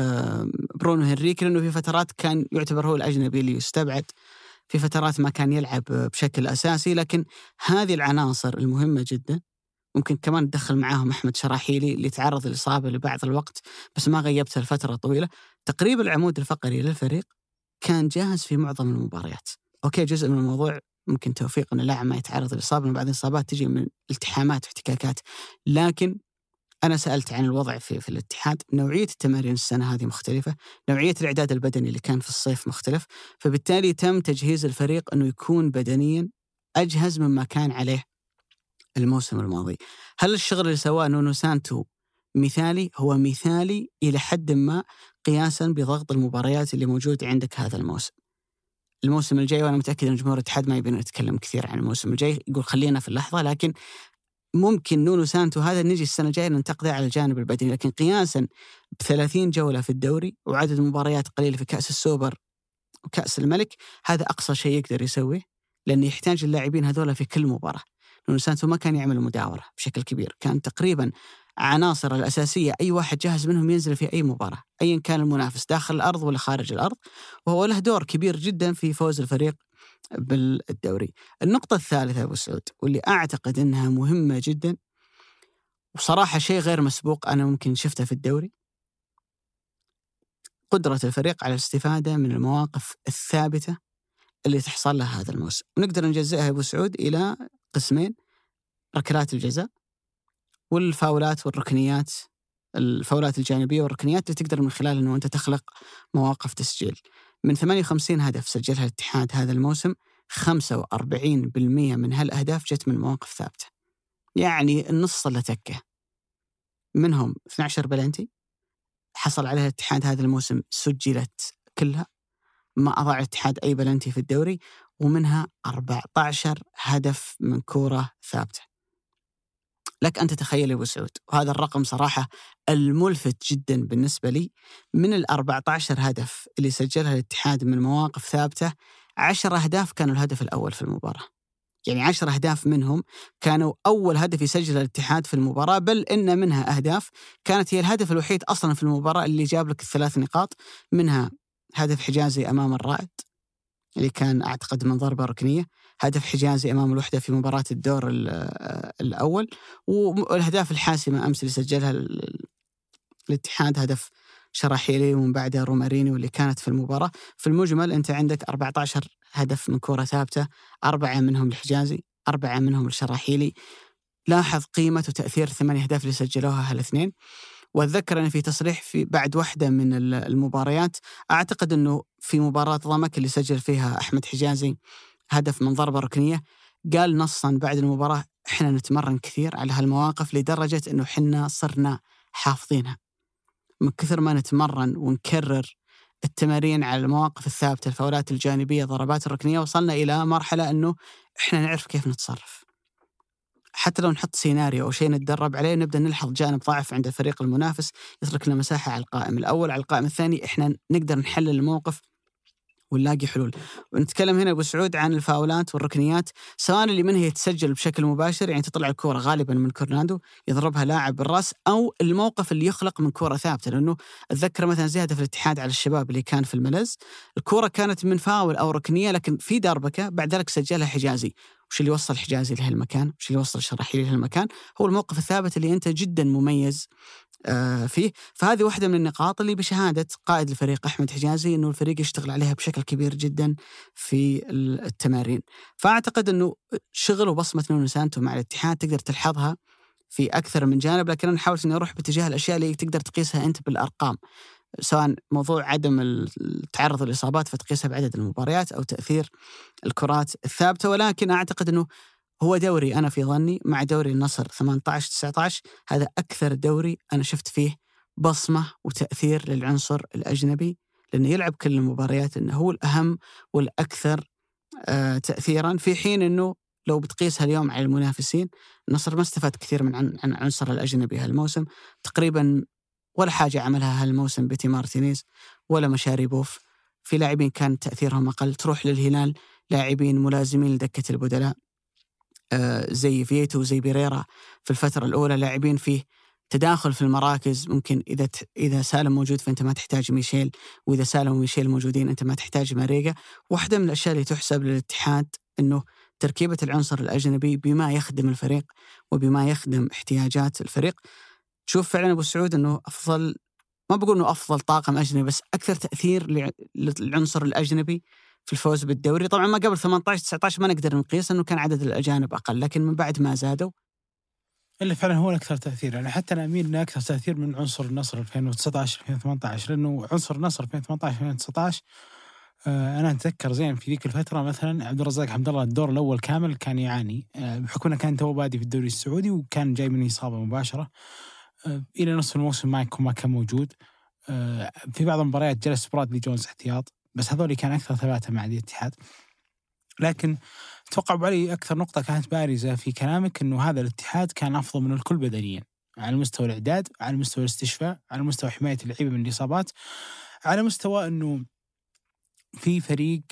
برونو هنريكي لأنه في فترات كان يعتبر هو الأجنبي اللي يستبعد، في فترات ما كان يلعب بشكل أساسي، لكن هذه العناصر المهمة جدا. ممكن كمان تدخل معاهم أحمد شراحيلي اللي تعرض للإصابة لبعض الوقت بس ما غيبته لفترة طويلة. تقريبا العمود الفقري للفريق كان جاهز في معظم المباريات. أوكي، جزء من الموضوع ممكن توفيق أن اللاعب ما يتعرض للإصابة، وبعدين الإصابات تجي من التحامات واحتكاكات. لكن أنا سألت عن الوضع في, في الاتحاد، نوعية التمارين السنة هذه مختلفة، نوعية الإعداد البدني اللي كان في الصيف مختلف، فبالتالي تم تجهيز الفريق أنه يكون بدنيا أجهز مما كان عليه الموسم الماضي. هل الشغل اللي سواه نونو سانتو مثالي؟ هو مثالي إلى حد ما قياسا بضغط المباريات اللي موجود عندك هذا الموسم. الموسم الجاي، وأنا متأكد أن جمهور الاتحاد ما يبين نتكلم كثير عن الموسم الجاي، يقول خلينا في اللحظة، لكن ممكن نونو سانتو هذا نجي السنة الجاية ننتقده على الجانب البدني، لكن قياسا بثلاثين جولة في الدوري وعدد مباريات قليلة في كأس السوبر وكأس الملك، هذا أقصى شيء يقدر يسويه، لأنه يحتاج اللاعبين هذولا في كل مباراة. نونو سانتو ما كان يعمل مداورة بشكل كبير، كان تقريبا عناصر الأساسية أي واحد جاهز منهم ينزل في أي مباراة أيا كان المنافس داخل الأرض ولا خارج الأرض، وهو له دور كبير جدا في فوز الفريق بالدوري. النقطة الثالثة أبو سعود، واللي أعتقد أنها مهمة جدا وصراحة شيء غير مسبوق أنا ممكن شفته في الدوري، قدرة الفريق على الاستفادة من المواقف الثابتة اللي تحصل له هذا الموسم. ونقدر نجزئها أبو سعود إلى قسمين: ركلات الجزاء والفاولات والركنيات، الفاولات الجانبية والركنيات اللي تقدر من خلال أنه أنت تخلق مواقف تسجيل. من ثمانية وخمسين هدف سجلها الاتحاد هذا الموسم، خمسة وأربعين بالمئة من هالأهداف جت من مواقف ثابتة، يعني النص اللي تكه منهم اثني عشر بلنتي حصل عليها الاتحاد هذا الموسم، سجلت كلها، ما أضاع الاتحاد أي بلنتي في الدوري، ومنها أربعة عشر هدف من كورة ثابتة. لك أن تتخيل يا أبو سعود، وهذا الرقم صراحة الملفت جدا بالنسبة لي، من الأربعة عشر هدف اللي سجلها الاتحاد من مواقف ثابتة، عشر أهداف كانوا الهدف الأول في المباراة. يعني عشر أهداف منهم كانوا أول هدف يسجل الاتحاد في المباراة، بل إن منها أهداف كانت هي الهدف الوحيد أصلا في المباراة اللي جاب لك الثلاث نقاط، منها هدف حجازي أمام الرائد اللي كان أعتقد من ضربة ركنية، هدف حجازي أمام الوحدة في مباراة الدور الأول، والأهداف الحاسمة أمس اللي سجلها الاتحاد هدف شراحيلي ومن بعدها روماريني واللي كانت في المباراة. في المجمل أنت عندك أربعة عشر هدف من كرة ثابتة، أربعة منهم الحجازي، أربعة منهم الشراحيلي. لاحظ قيمة وتأثير ثمانية أهداف اللي سجلوها هالاثنين. وأتذكر أن في تصريح في بعد واحدة من المباريات، أعتقد أنه في مباراة ضمك اللي سجل فيها أحمد حجازي هدف من ضربة ركنية، قال نصا بعد المباراة: إحنا نتمرن كثير على هالمواقف لدرجة أنه حنا صرنا حافظينها من كثر ما نتمرن ونكرر التمارين على المواقف الثابتة، الفاولات الجانبية، ضربات الركنية، وصلنا إلى مرحلة أنه إحنا نعرف كيف نتصرف. حتى لو نحط سيناريو أو شيء نتدرب عليه، نبدأ نلحظ جانب ضعف عند الفريق المنافس يترك لنا مساحة على القائم الأول، على القائم الثاني إحنا نقدر نحلل الموقف ونلاقي حلول. ونتكلم هنا أبو سعود عن الفاولات والركنيات، سواء اللي منها يتسجل بشكل مباشر، يعني تطلع الكرة غالبا من كورنادو يضربها لاعب بالرأس، أو الموقف اللي يخلق من كرة ثابتة. لأنه أتذكر مثلا زي هدف الاتحاد على الشباب اللي كان في الملز، الكرة كانت من فاول أو ركنية لكن في دربكة، بعد ذلك سجلها حجازي. وش اللي وصل حجازي لهالمكان؟ وش اللي وصل شراحيلي لهالمكان؟ هو الموقف الثابت اللي أنت جدا مميز فيه. فهذه واحدة من النقاط اللي بشهادة قائد الفريق أحمد حجازي أنه الفريق يشتغل عليها بشكل كبير جدا في التمارين. فأعتقد أنه شغل وبصمة نونو سانتو مع الاتحاد تقدر تلحظها في أكثر من جانب، لكن أنا حاولت أني أروح باتجاه الأشياء اللي تقدر تقيسها أنت بالأرقام. سواء موضوع عدم التعرض للإصابات فتقيسها بعدد المباريات أو تأثير الكرات الثابتة. ولكن أعتقد أنه هو دوري أنا في ظني مع دوري النصر ثمانية عشر تسعة عشر هذا أكثر دوري أنا شفت فيه بصمة وتأثير للعنصر الأجنبي، لأنه يلعب كل المباريات، أنه هو الأهم والأكثر آه تأثيرا، في حين أنه لو بتقيسها اليوم على المنافسين النصر ما استفاد كثير من عن عن عنصر الأجنبي هالموسم تقريبا، ولا حاجة عملها هالموسم بيتي مارتينيز ولا مشاري بوف. في لاعبين كان تأثيرهم أقل. تروح للهلال لاعبين ملازمين لدكة البدلاء آه زي فيتو وزي بيريرا في الفترة الأولى، لاعبين فيه تداخل في المراكز. ممكن إذا إذا سالم موجود فأنت ما تحتاج ميشيل، وإذا سالم وميشيل موجودين أنت ما تحتاج ماريجا. واحدة من الأشياء اللي تحسب للاتحاد أنه تركيبة العنصر الأجنبي بما يخدم الفريق وبما يخدم احتياجات الفريق. تشوف فعلا أبو سعود أنه أفضل، ما بقول أنه أفضل طاقم أجنبي، بس أكثر تأثير للعنصر الأجنبي في الفوز بالدوري. طبعا ما قبل ثمانية عشر تسعة عشر ما نقدر نقيس أنه كان عدد الأجانب أقل، لكن من بعد ما زادوا اللي فعلا هو الأكثر تأثير. يعني حتى أنا أميل أكثر تأثير من عنصر النصر ألفين وتسعة عشر ألفين وثمانية عشر، لأنه عنصر النصر ألفين وثمانية عشر ألفين وتسعة عشر آه أنا أتذكر زين في ذيك الفترة مثلا عبد الرزاق حمد الله الدور الأول كامل كان يعاني آه بحكم أنه كان تو بادي في الدوري السعودي وكان جاي من إصابة مباشرة آه إلى نصف الموسم ما يكون ما كان موجود. آه في بعض المباريات جلس برادلي جونز احتياط، بس هذول كان أكثر ثباتا مع الاتحاد. لكن أتوقع أبو علي أكثر نقطة كانت بارزة في كلامك أنه هذا الاتحاد كان أفضل من الكل بدنيا، على مستوى الإعداد، على مستوى الاستشفاء، على مستوى حماية اللعيبة من الإصابات، على مستوى أنه في فريق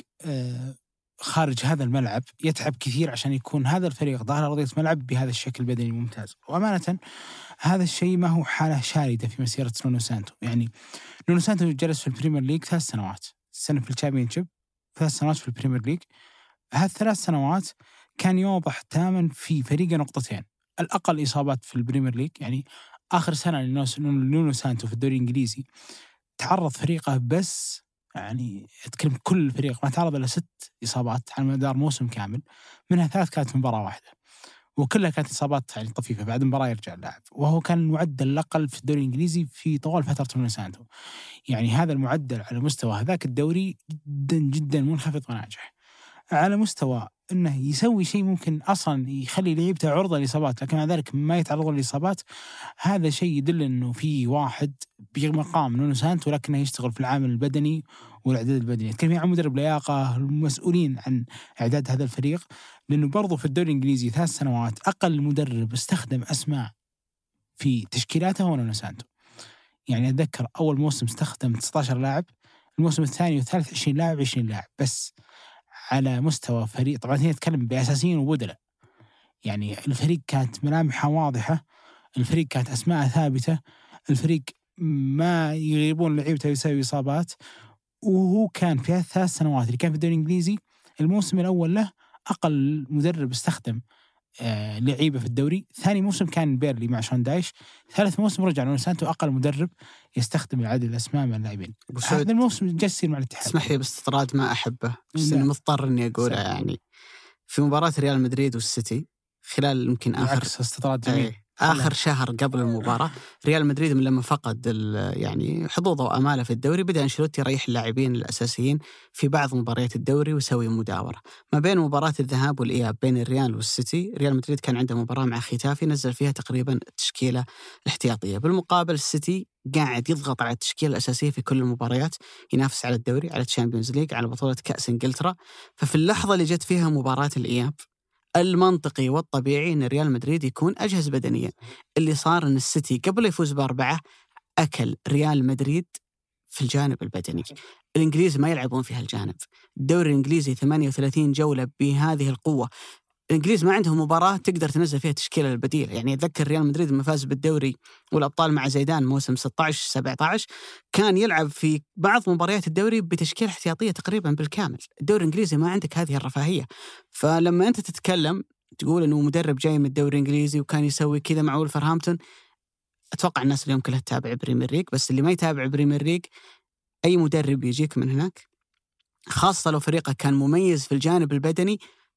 خارج هذا الملعب يتعب كثير عشان يكون هذا الفريق ظاهر أرضية ملعب بهذا الشكل البدني الممتاز. وأمانة هذا الشيء ما هو حالة شاردة في مسيرة نونو سانتو. يعني نونو سانتو جلس في البريمير ليج ثلاث سنوات، سنة في الشامبيونشيب، ثلاث سنوات في البريمير ليج. هذه الثلاث سنوات كان يوضح تماما في فريقه نقطتين: الأقل إصابات في البريمير ليج، يعني آخر سنة لنونو سانتو في الدوري الإنجليزي تعرض فريقه بس يعني أتكلم كل فريق ما تعرض إلى ست إصابات على مدار موسم كامل، منها ثلاث كانت مباراة واحدة، وكلها كانت إصابات يعني طفيفة بعد مباراة يرجع اللاعب، وهو كان المعدل الأقل في الدوري الإنجليزي في طوال فترة نونو سانتو. يعني هذا المعدل على مستوى هذاك الدوري جدا جدا منخفض وناجح، على مستوى أنه يسوي شيء ممكن أصلا يخلي لعيبته عرضة للإصابات لكن مع ذلك ما يتعرضون للإصابات. هذا شيء يدل أنه في واحد بمقام نونو سانتو ولكنه يشتغل في العامل البدني والإعداد البدني. كان عن مدرب لياقة المسؤولين عن إعداد هذا الفريق، لأنه برضو في الدوري الإنجليزي ثلاث سنوات أقل مدرب استخدم أسماء في تشكيلاته هو نونو سانتو. يعني أتذكر أول موسم استخدم تسعة عشر لاعب، الموسم الثاني والثالث عشرين لاعب عشرين لاعب بس على مستوى فريق. طبعا هي تتكلم بأساسيين وبدلاء، يعني الفريق كانت ملامحها واضحة، الفريق كانت أسماء ثابتة، الفريق ما يغيبون لعيبته يسوي إصابات. وهو كان في الثلاث سنوات اللي كان في الدوري الإنجليزي الموسم الأول له أقل مدرب استخدم آه لعيبة في الدوري، ثاني موسم كان بيرلي مع شون دايش، ثالث موسم رجع نونو سانتو أقل مدرب يستخدم العدد الأسماء من اللاعبين. هذا الموسم جالس يصير مع الاتحاد. اسمح لي باستطراد ما أحبه بس إني مضطر إني أقوله. يعني في مباراة ريال مدريد والسيتي خلال يمكن آخر استطراد جميل آخر شهر قبل المباراة، ريال مدريد من لما فقد يعني حظوظه وأماله في الدوري بدأ أنشيلوتي يريح اللاعبين الأساسيين في بعض مباريات الدوري ويسوي مداورة. ما بين مباراة الذهاب والإياب بين الريال والسيتي، ريال مدريد كان عنده مباراة مع ختافي نزل فيها تقريبا التشكيلة الاحتياطية. بالمقابل السيتي قاعد يضغط على التشكيلة الأساسية في كل المباريات، ينافس على الدوري، على الشامبيونز ليج، على بطولة كأس إنجلترا. ففي اللحظة اللي جت فيها مباراة الإياب المنطقي والطبيعي أن ريال مدريد يكون أجهز بدنيا. اللي صار أن السيتي قبل يفوز بأربعة أكل ريال مدريد في الجانب البدني. الإنجليز ما يلعبون في هالجانب. الدوري الإنجليزي ثمانية وثلاثين جولة بهذه القوة، الإنجليز ما عندهم مباراة تقدر تنزل فيها تشكيلة البديل. يعني أتذكر ريال مدريد لما فاز بالدوري والأبطال مع زيدان موسم ستة عشر سبعة عشر كان يلعب في بعض مباريات الدوري بتشكيلة احتياطية تقريبا بالكامل. الدوري الإنجليزي ما عندك هذه الرفاهية. فلما أنت تتكلم تقول أنه مدرب جاي من الدوري الإنجليزي وكان يسوي كذا مع ولفرهامبتون، أتوقع الناس اليوم كلها تتابع بريمير ليج. بس اللي ما يتابع بريمير ليج، أي مدرب يجيك من هناك خاصة لو فريقه كان مميز في الجانب البدني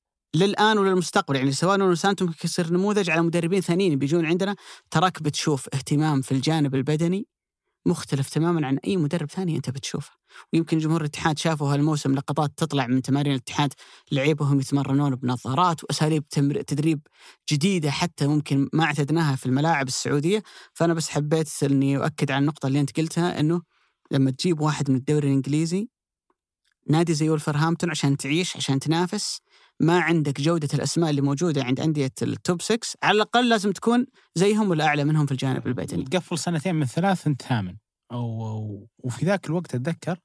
للآن وللمستقبل، يعني سواء نونو سانتو يصير نموذج على مدربين ثانيين بيجون عندنا، تراك بتشوف اهتمام في الجانب البدني مختلف تماما عن أي مدرب ثاني أنت بتشوفه. ويمكن جمهور الاتحاد شافوا هالموسم لقطات تطلع من تمارين الاتحاد لعيبهم يتمرنون بنظارات وأساليب تدريب جديدة حتى ممكن ما اعتدناها في الملاعب السعودية. فأنا بس حبيت أني أؤكد على النقطة اللي أنت قلتها، أنه لما تجيب واحد من الدوري الإنجليزي نادي زي ولفرهامبتون عشان تعيش عشان تنافس، ما عندك جودة الأسماء اللي موجودة عند أندية التوب ستة، على الأقل لازم تكون زيهم ولا أعلى منهم في الجانب البدني. تقفل سنتين من ثلاث انت ثامن، أو وفي ذاك الوقت أتذكر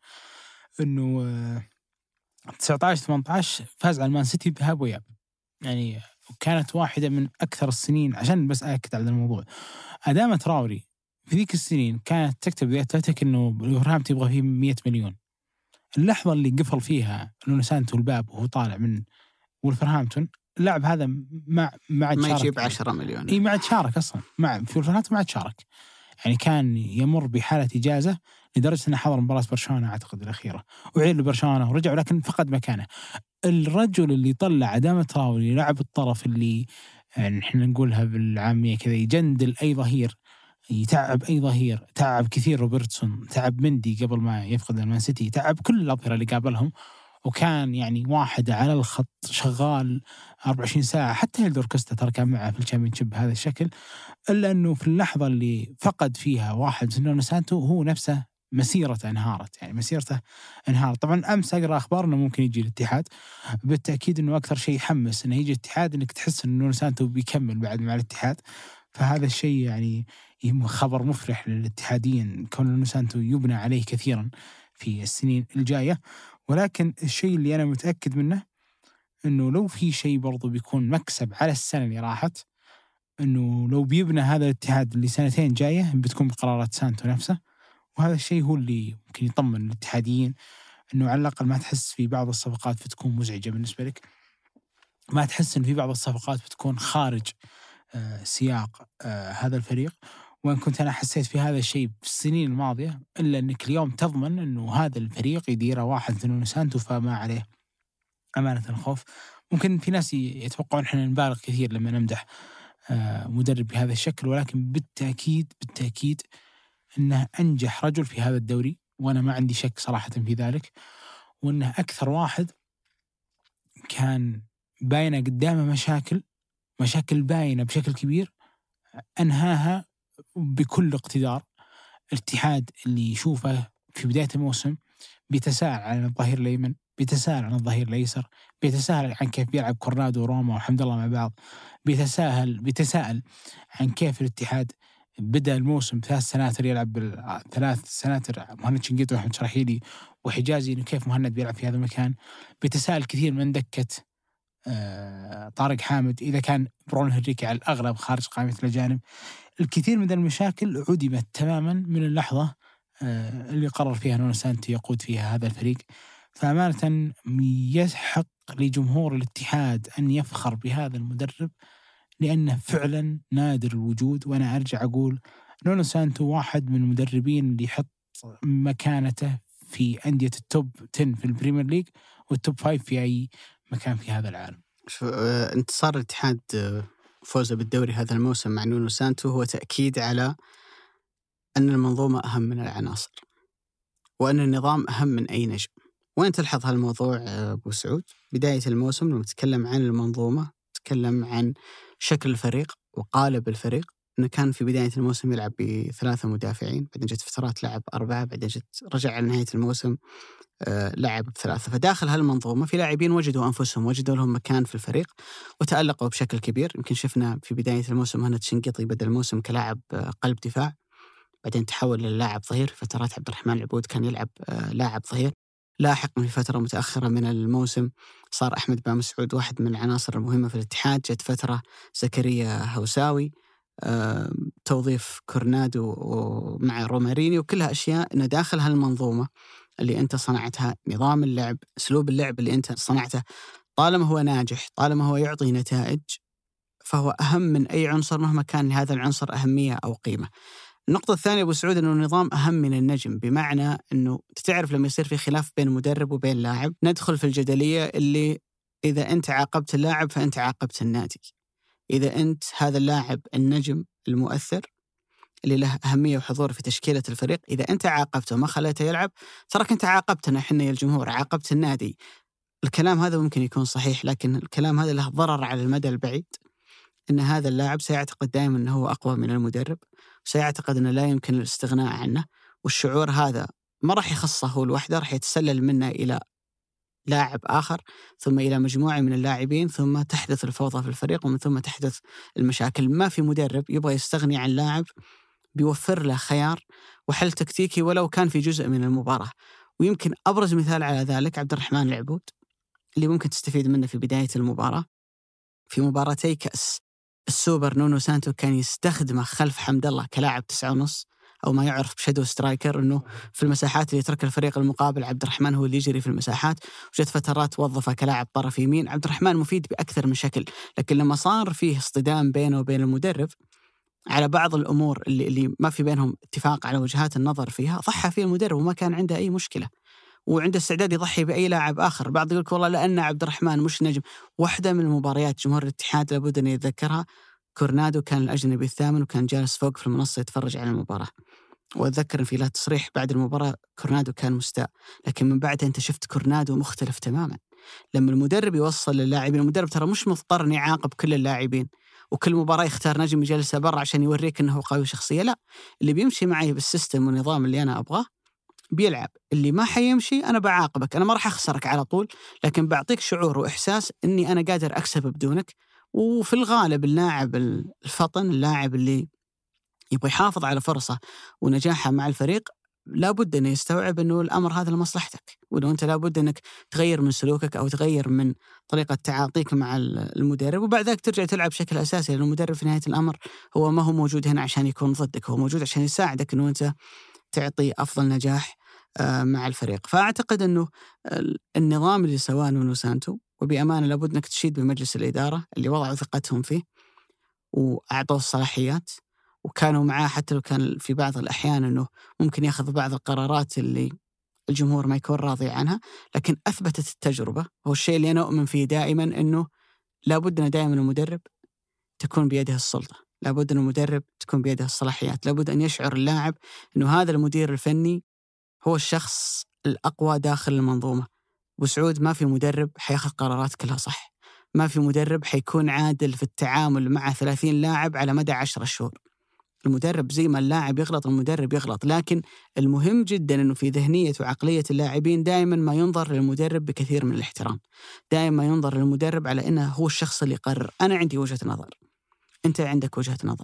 إنه تسعة عشر ثمانية عشر فاز على المان سيتي بذهاب وإياب، يعني كانت واحدة من أكثر السنين. عشان بس أأكد على الموضوع، أدامة تراوري في ذيك السنين كانت تكتب ذي أتلتيك إنه ولفرهامبتون يبغى فيه مية مليون. اللحظة اللي قفل فيها نونو سانتو الباب وهو طالع من ولفرهامبتون، اللاعب هذا ما ما عاد ما شارك، يجيب عشرة مليون. اي ما عاد شارك اصلا مع في ولفرهامبتون، ما عاد شارك. يعني كان يمر بحالة إجازة لدرجة أنه حضر مباراة برشلونة أعتقد الأخيرة وعيد لبرشلونة ورجع، ولكن فقد مكانه. الرجل اللي طلع أدامة تراوري لعب الطرف اللي يعني إحنا نقولها بالعامية كذا يجندل أي ظهير، يتعب أي ظهير، تعب كثير روبرتسون، تعب مندي قبل ما يفقد المان سيتي، تعب كل الأظهرة اللي قابلهم، وكان يعني واحد على الخط شغال أربعة وعشرين ساعة. حتى هيلدور كوستا ترى كان معه في الشامبيونشيب بهذا الشكل، إلا أنه في اللحظة اللي فقد فيها واحد من نونو سانتو هو نفسه مسيرته انهارت، يعني مسيرته انهارت. طبعا أمس أقرأ أخبار أنه ممكن يجي الاتحاد، بالتأكيد أنه أكثر شيء يحمس أنه يجي الاتحاد أنك تحس أن نونو سانتو بيكمل بعد مع الاتحاد. فهذا الشيء يعني خبر مفرح للاتحاديين، كون نونو سانتو يبنى عليه كثيرا في السنين الجاية. ولكن الشيء اللي أنا متأكد منه أنه لو في شيء برضو بيكون مكسب على السنة اللي راحت، أنه لو بيبنى هذا الاتحاد اللي سنتين جاية بتكون بقرارات سانتو نفسه. وهذا الشيء هو اللي ممكن يطمن الاتحاديين، أنه على الأقل ما تحس في بعض الصفقات بتكون مزعجة بالنسبة لك، ما تحس أن في بعض الصفقات بتكون خارج آه سياق آه هذا الفريق. وإن كنت أنا حسيت في هذا الشيء في السنين الماضية، إلا أنك اليوم تضمن أنه هذا الفريق يديره واحد نونو سانتو، فما عليه أمانة الخوف. ممكن في ناس يتوقعون إحنا نبالغ كثير لما نمدح آه مدرب بهذا الشكل، ولكن بالتأكيد بالتأكيد أنه أنجح رجل في هذا الدوري، وأنا ما عندي شك صراحة في ذلك، وأنه أكثر واحد كان باينة قدامه مشاكل مشاكل باينة بشكل كبير أنهاها بكل اقتدار. الاتحاد اللي يشوفه في بداية الموسم بيتساءل عن الظهير الأيمن، بيتساءل عن الظهير الأيسر، بيتساءل عن كيف بيلعب كورنادو وروما وحمد الله مع بعض، بيتساءل بيتساءل عن كيف الاتحاد بدأ الموسم ثلاث سناتر يلعب بالثلاث سناتر مهند شنقيطي وأحمد شراحيلي وحجازي، إنه كيف مهند بيلعب في هذا المكان. بيتساءل كثير من دكة آه طارق حامد إذا كان برونو هنريكي على الأغلب خارج قائمة الأجانب. الكثير من المشاكل عدمت تماما من اللحظة آه اللي قرر فيها نونو سانتو يقود فيها هذا الفريق. فأمانة يحق لجمهور الاتحاد أن يفخر بهذا المدرب، لأنه فعلا نادر الوجود. وأنا أرجع أقول نونو سانتو واحد من المدربين اللي يحط مكانته في أندية التوب عشرة في البريمير ليج والتوب خمسة في أي مكان في هذا العالم. انتصار الاتحاد فوزه بالدوري هذا الموسم مع نونو سانتو هو تأكيد على أن المنظومة أهم من العناصر، وأن النظام أهم من أي نجم. وين تلحظ هالموضوع أبو سعود؟ بداية الموسم لما تكلم عن المنظومة تكلم عن شكل الفريق وقالب الفريق، أنه كان في بداية الموسم يلعب بثلاثة مدافعين، بعدين جت فترات لعب أربعة، بعدين جت رجع على نهاية الموسم آه لعب بثلاثة. فداخل هالمنظومة في لاعبين وجدوا أنفسهم، وجدوا لهم مكان في الفريق وتألقوا بشكل كبير. يمكن شفنا في بداية الموسم مهند شنقيطي بدأ الموسم كلاعب آه قلب دفاع، بعدين تحول للاعب ظهير. فترات عبد الرحمن العبود كان يلعب آه لاعب ظهير. لاحقا في فترة متأخرة من الموسم صار أحمد بن مسعود واحد من العناصر المهمة في الاتحاد. جت فترة زكريا هوساوي، أه، توظيف كورنادو ومع روماريني، وكلها أشياء أن داخل هالمنظومة اللي أنت صنعتها، نظام اللعب، أسلوب اللعب اللي أنت صنعته، طالما هو ناجح، طالما هو يعطي نتائج، فهو أهم من أي عنصر مهما كان هذا العنصر أهمية أو قيمة. النقطة الثانية أبو سعود أنه النظام أهم من النجم، بمعنى أنه تعرف لما يصير في خلاف بين مدرب وبين لاعب ندخل في الجدلية اللي إذا أنت عاقبت اللاعب فأنت عاقبت النادي. إذا أنت هذا اللاعب النجم المؤثر اللي له أهمية وحضور في تشكيلة الفريق، إذا أنت عاقبته وما خليته يلعب تراك أنت عاقبتنا إحنا يا الجمهور، عاقبت النادي. الكلام هذا ممكن يكون صحيح، لكن الكلام هذا له ضرر على المدى البعيد، إن هذا اللاعب سيعتقد دائما أنه هو أقوى من المدرب، وسيعتقد أنه لا يمكن الاستغناء عنه، والشعور هذا ما راح يخصه هو لوحده، راح يتسلل منه إلى لاعب آخر، ثم إلى مجموعة من اللاعبين، ثم تحدث الفوضى في الفريق، ومن ثم تحدث المشاكل. ما في مدرب يبغى يستغني عن لاعب بيوفر له خيار وحل تكتيكي ولو كان في جزء من المباراة. ويمكن أبرز مثال على ذلك عبد الرحمن العبود، اللي ممكن تستفيد منه في بداية المباراة. في مباراتي كأس السوبر نونو سانتو كان يستخدمه خلف حمد الله كلاعب تسعة ونص، أو ما يعرف بشادو سترايكر، أنه في المساحات اللي يترك الفريق المقابل عبد الرحمن هو اللي يجري في المساحات. وجت فترات وظفه كلاعب طرف يمين. عبد الرحمن مفيد بأكثر من شكل، لكن لما صار فيه اصطدام بينه وبين المدرب على بعض الأمور اللي, اللي ما في بينهم اتفاق على وجهات النظر فيها، ضحى فيه المدرب وما كان عنده أي مشكلة، وعنده استعداد يضحي بأي لاعب آخر. بعض يقولك والله لأن عبد الرحمن مش نجم. واحدة من المباريات جمهور الاتحاد لابد أن يتذكرها، كورنادو كان الأجنبي الثامن وكان جالس فوق في المنصة يتفرج على المباراة، وأتذكر في له تصريح بعد المباراة كورنادو كان مستاء، لكن من بعدها أنت شفت كورنادو مختلف تماما. لما المدرب يوصل للاعبين، المدرب ترى مش مضطر أن يعاقب كل اللاعبين وكل مباراة يختار نجم يجلسه برا عشان يوريك أنه قوي شخصية، لا، اللي بيمشي معي بالسيستم والنظام اللي أنا أبغاه بيلعب. اللي ما حيمشي أنا بعاقبك، أنا ما راح أخسرك على طول، لكن بعطيك شعور وإحساس أني أنا قادر أكسب بدونك. وفي الغالب اللاعب الفطن، اللاعب اللي يبغى يحافظ على فرصة ونجاحه مع الفريق، لابد أن يستوعب أنه الأمر هذا لمصلحتك، وأنه أنت لابد أنك تغير من سلوكك أو تغير من طريقة تعاطيك مع المدرب، وبعد ذلك ترجع تلعب بشكل أساسي، لأن المدرب في نهاية الأمر هو ما هو موجود هنا عشان يكون ضدك، هو موجود عشان يساعدك أنه أنت تعطي أفضل نجاح مع الفريق. فأعتقد أنه النظام اللي سواه نونو سانتو، وبأمانة لابد أنك تشيد بمجلس الإدارة اللي وضعوا ثقتهم فيه وأعطوه الصلاحيات، وكانوا معاه حتى لو كان في بعض الأحيان أنه ممكن يأخذ بعض القرارات اللي الجمهور ما يكون راضي عنها، لكن أثبتت التجربة. هو الشيء اللي أنا أؤمن فيه دائما، أنه لابد أن دائما المدرب تكون بيده السلطة، لابد أن المدرب تكون بيده الصلاحيات، لابد أن يشعر اللاعب أنه هذا المدير الفني هو الشخص الأقوى داخل المنظومة. وسعود ما في مدرب حياخذ قرارات كلها صح، ما في مدرب حيكون عادل في التعامل مع ثلاثين لاعب على مدى عشرة شهور. المدرب زي ما اللاعب يغلط المدرب يغلط، لكن المهم جدا أنه في ذهنية وعقلية اللاعبين دائما ما ينظر للمدرب بكثير من الاحترام، دائما ينظر للمدرب على أنه هو الشخص اللي يقرر. أنا عندي وجهة نظر، أنت عندك وجهة نظر،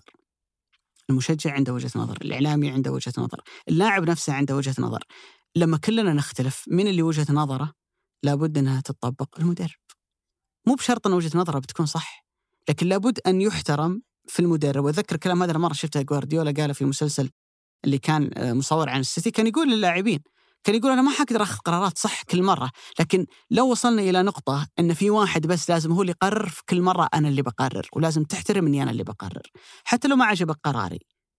المشجع عنده وجهة نظر، الإعلامي عنده وجهة نظر، اللاعب نفسه عنده وجهة نظر. لما كلنا نختلف، من اللي وجهة نظره لابد أنها تطبق المدرب. مو بشرط أن وجهة نظره بتكون صح، لكن لابد أن يحترم في المدرب. وأذكر كلام هذا مرة شفته جوارديولا قاله في مسلسل اللي كان مصور عن السيتي، كان يقول للاعبين، كان يقول أنا ما حقدر أخذ قرارات صح كل مرة، لكن لو وصلنا إلى نقطة أن في واحد بس لازم هو اللي يقرر، في كل مرة أنا اللي بقرر، ولازم تحترم أني أنا اللي بقرر حتى لو ما عجبك قراري.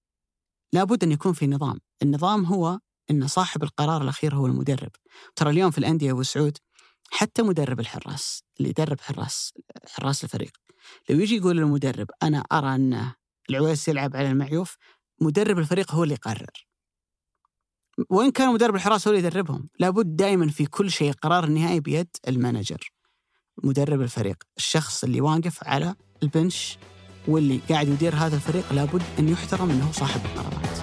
لابد أن يكون في نظام. النظام هو أن صاحب القرار الأخير هو المدرب. ترى اليوم في الأندية والسعود حتى مدرب الحراس اللي يدرب حراس حراس الفريق، لو يجي يقول للمدرب أنا أرى أن العويس يلعب على المعيوف، مدرب الفريق هو اللي يقرر، وإن كان مدرب الحراس هو اللي يدربهم. لابد دائما في كل شيء قرار النهائي بيد المانجر، مدرب الفريق، الشخص اللي واقف على البنش واللي قاعد يدير هذا الفريق، لابد أن يحترم أنه صاحب القرارات.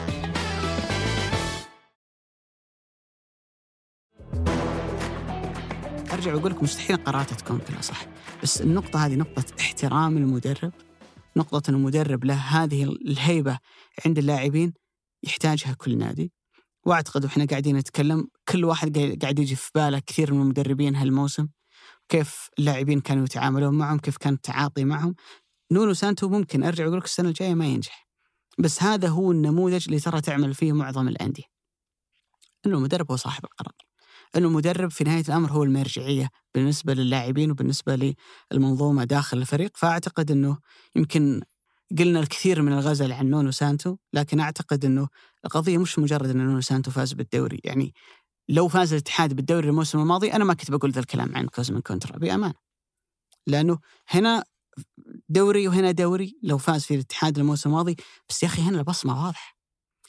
أرجع وأقول لك مستحيل قراراتها تكون كلها صح، بس النقطة هذه نقطة احترام المدرب، نقطة أن المدرب له هذه الهيبة عند اللاعبين يحتاجها كل نادي. وأعتقد وإحنا قاعدين نتكلم كل واحد قاعد يجي في باله كثير من المدربين هالموسم، كيف اللاعبين كانوا يتعاملون معهم، كيف كان التعاطي معهم. نونو سانتو ممكن أرجع وأقول لك السنة الجاية ما ينجح، بس هذا هو النموذج اللي ترى تعمل فيه معظم الأندية، إنه المدرب هو صاحب القرار، إنه المدرب في نهاية الأمر هو المرجعية بالنسبة للاعبين وبالنسبة للمنظومة داخل الفريق. فأعتقد أنه يمكن قلنا الكثير من الغزل عن نونو سانتو، لكن أعتقد أنه القضية مش مجرد أن نونو سانتو فاز بالدوري. يعني لو فاز الاتحاد بالدوري الموسم الماضي أنا ما كنت بقول ذا الكلام عن كوزمين كونترا بأمان، لأنه هنا دوري وهنا دوري. لو فاز في الاتحاد الموسم الماضي، بس يا أخي هنا البصمة واضح،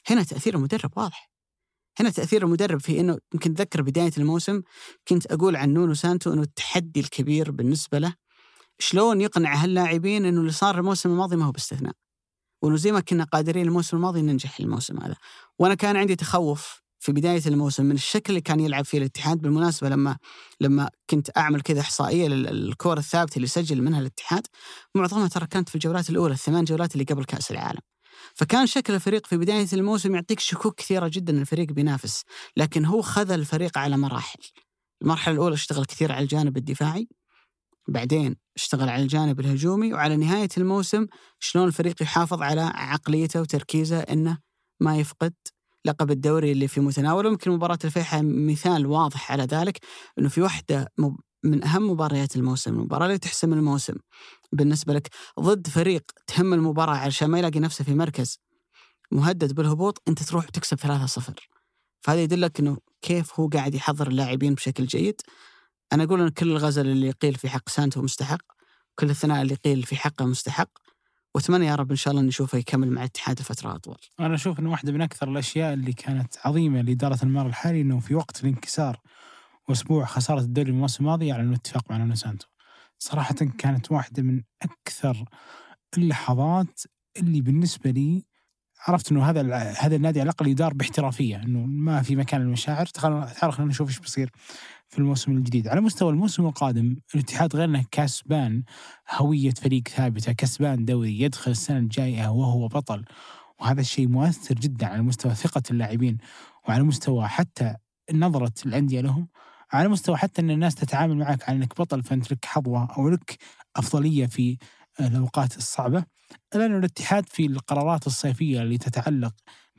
هنا تأثير المدرب واضح. هنا تأثير المدرب في إنه يمكن تذكر بداية الموسم كنت أقول عن نونو سانتو إنه التحدي الكبير بالنسبة له شلون يقنع هاللاعبين إنه اللي صار الموسم الماضي ما هو باستثناء، وإنه زي ما كنا قادرين الموسم الماضي ننجح الموسم هذا. وأنا كان عندي تخوف في بداية الموسم من الشكل اللي كان يلعب فيه الاتحاد. بالمناسبة لما لما كنت أعمل كذا إحصائية للكور الثابتة اللي سجل منها الاتحاد، معظمها ترى كانت في الجولات الأولى، الثمان جولات اللي قبل كأس العالم. فكان شكل الفريق في بداية الموسم يعطيك شكوك كثيرة جدا الفريق بينافس، لكن هو خذ الفريق على مراحل. المرحلة الأولى اشتغل كثير على الجانب الدفاعي، بعدين اشتغل على الجانب الهجومي، وعلى نهاية الموسم شلون الفريق يحافظ على عقليته وتركيزه إنه ما يفقد لقب الدوري اللي في متناوله. يمكن مباراة الفيحاء مثال واضح على ذلك، إنه في واحدة من أهم مباريات الموسم، المباراة اللي تحسم الموسم بالنسبة لك ضد فريق تهم المباراة علشان ما يلاقي نفسه في مركز مهدد بالهبوط، أنت تروح وتكسب ثلاثة صفر. فهذا يدلك إنه كيف هو قاعد يحضر اللاعبين بشكل جيد. أنا أقول أن كل الغزل اللي يقيل في حق سانتو مستحق، كل الثناء اللي يقيل في حقه مستحق، وأتمنى يا رب إن شاء الله نشوفه يكمل مع الاتحاد لفترة أطول. أنا أشوف أنه واحدة من أكثر الأشياء اللي كانت عظيمة لإدارة المار الحالي أنه في وقت الانكسار وأسبوع خسارة الدوري الموسم الماضي على يعني الاتفاق مع نونو سانتو. صراحة كانت واحدة من أكثر اللحظات اللي بالنسبة لي عرفت أنه هذا هذا النادي على الأقل يدار باحترافية، أنه ما في مكان المشاعر. تعال خلينا نشوف إيش بيصير في الموسم الجديد. على مستوى الموسم القادم الاتحاد غير أنه كسبان هوية فريق ثابتة، كسبان دوري، يدخل السنة الجاية وهو بطل، وهذا الشيء مؤثر جدا على مستوى ثقة اللاعبين، وعلى مستوى حتى نظرة الأندية لهم، على مستوى حتى أن الناس تتعامل معك على أنك بطل فأنت لك حظوة أو لك أفضلية في الأوقات الصعبة. لأن الاتحاد في القرارات الصيفية اللي تتعلق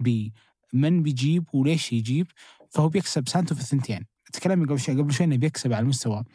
بمن بيجيب وليش يجيب، فهو بيكسب سانتو في الثنتين. تكلمي قبل شوي قبل شوي إنه بيكسب على المستوى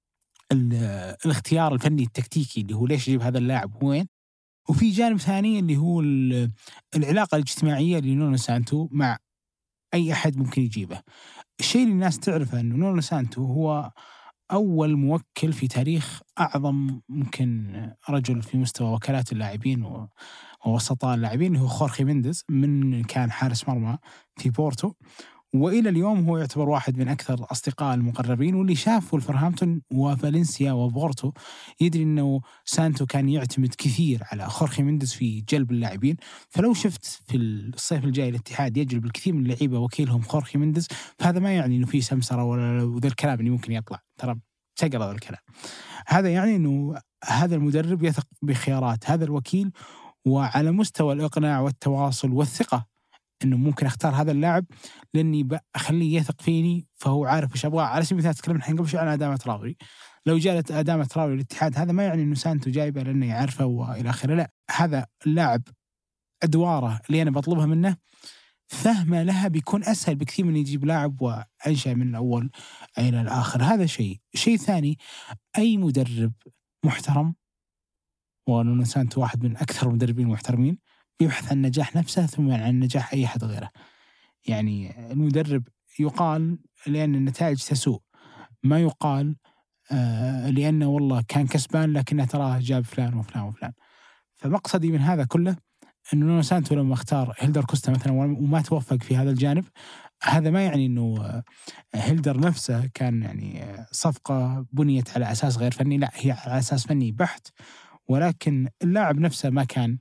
الاختيار الفني التكتيكي اللي هو ليش يجيب هذا اللاعب وين، وفي جانب ثاني اللي هو العلاقة الاجتماعية لنونو سانتو مع أي أحد ممكن يجيبه. الشيء اللي الناس تعرفه أنه نونو سانتو هو أول موكل في تاريخ أعظم ممكن رجل في مستوى وكالات اللاعبين ووسطاء اللاعبين، هو خورخي مينديز، من كان حارس مرمى في بورتو، وإلى اليوم هو يعتبر واحد من أكثر أصدقاء المقربين. واللي شاف ولفرهامبتون وفالنسيا وبورتو يدري أنه سانتو كان يعتمد كثير على خورخي مينديز في جلب اللاعبين. فلو شفت في الصيف الجاي الاتحاد يجلب الكثير من اللعيبة وكيلهم خورخي مينديز، فهذا ما يعني أنه في سمسرة ولا ذا الكلام اللي ممكن يطلع، ترى تقرأ ذا الكلام. هذا يعني أنه هذا المدرب يثق بخيارات هذا الوكيل، وعلى مستوى الإقناع والتواصل والثقة إنه ممكن أختار هذا اللاعب لأني أخليه يثق فيني، فهو عارف إيش أبغاه. على سبيل المثال تكلمنا الحين قبل شوي عن أدامة تراوري، لو جاءت أدامة تراوري الاتحاد هذا ما يعني إنه سانتو جايبه لأنه يعرفه وإلى آخره، لا، هذا اللاعب أدواره اللي أنا بطلبها منه فهمه لها بيكون أسهل بكثير من يجيب لاعب وأنشأ من الأول إلى الآخر. هذا شيء. شيء ثاني، أي مدرب محترم، ونونو سانتو واحد من أكثر المدربين المحترمين، يبحث عن نجاح نفسه ثم عن نجاح أي أحد غيره. يعني المدرب يقال لأن النتائج تسوء، ما يقال آه لأنه والله كان كسبان لكنه تراه جاب فلان وفلان وفلان. فمقصدي من هذا كله أنه نونو سانتو لما اختار هيلدر كوستا مثلا وما توفق في هذا الجانب، هذا ما يعني أنه هيلدر نفسه كان يعني صفقة بنيت على أساس غير فني، لا، هي على أساس فني بحت، ولكن اللاعب نفسه ما كان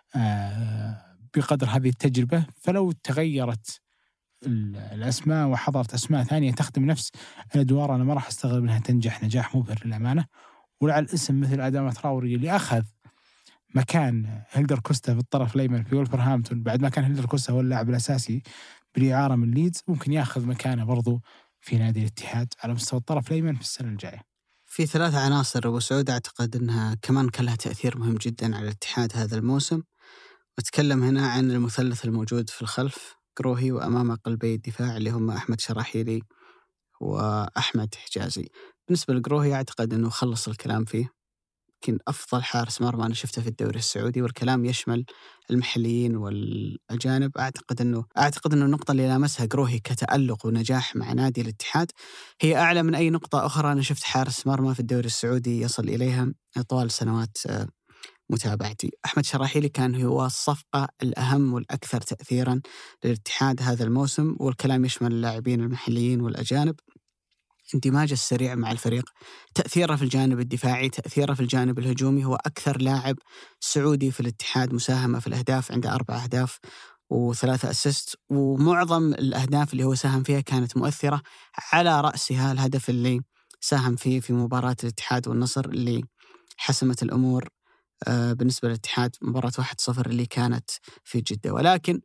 بقدر هذه التجربة. فلو تغيرت الأسماء وحضرت أسماء ثانية تخدم نفس الأدوار، أنا ما راح أستغرب أنها تنجح نجاح مبهر للأمانة. ولعل الاسم مثل أدامة تراوري اللي أخذ مكان هيلدر كوستا في الطرف الأيمن في ولفرهامبتون بعد ما كان هيلدر كوستا هو اللاعب الأساسي بالإعارة من ليدز، ممكن يأخذ مكانه برضو في نادي الاتحاد على مستوى الطرف الأيمن في السنة الجاية. في ثلاثة عناصر أبو سعود أعتقد أنها كمان كان لها تأثير مهم جدا على الاتحاد هذا الموسم. وأتكلم هنا عن المثلث الموجود في الخلف، قروهي وأمام قلبي الدفاع اللي هم أحمد شراحيلي وأحمد حجازي. بالنسبة لقروهي أعتقد أنه خلص الكلام فيه، يمكن أفضل حارس مرمى أنا شفته في الدوري السعودي، والكلام يشمل المحليين والأجانب. أعتقد أنه أعتقد أنه النقطة اللي لامسها قروهي كتألق ونجاح مع نادي الاتحاد هي أعلى من أي نقطة أخرى أنا شفت حارس مرمى في الدوري السعودي يصل إليها طوال سنوات متابعتي. أحمد شراحيلي كان هو الصفقة الأهم والأكثر تأثيرا للاتحاد هذا الموسم، والكلام يشمل اللاعبين المحليين والأجانب. اندماجه السريع مع الفريق، تأثيره في الجانب الدفاعي، تأثيره في الجانب الهجومي. هو أكثر لاعب سعودي في الاتحاد مساهمة في الأهداف، عنده أربع أهداف وثلاثة أسيست، ومعظم الأهداف اللي هو ساهم فيها كانت مؤثرة، على رأسها الهدف اللي ساهم فيه في مباراة الاتحاد والنصر اللي حسمت الأمور بالنسبة للاتحاد، مباراة واحد صفر اللي كانت في جدة. ولكن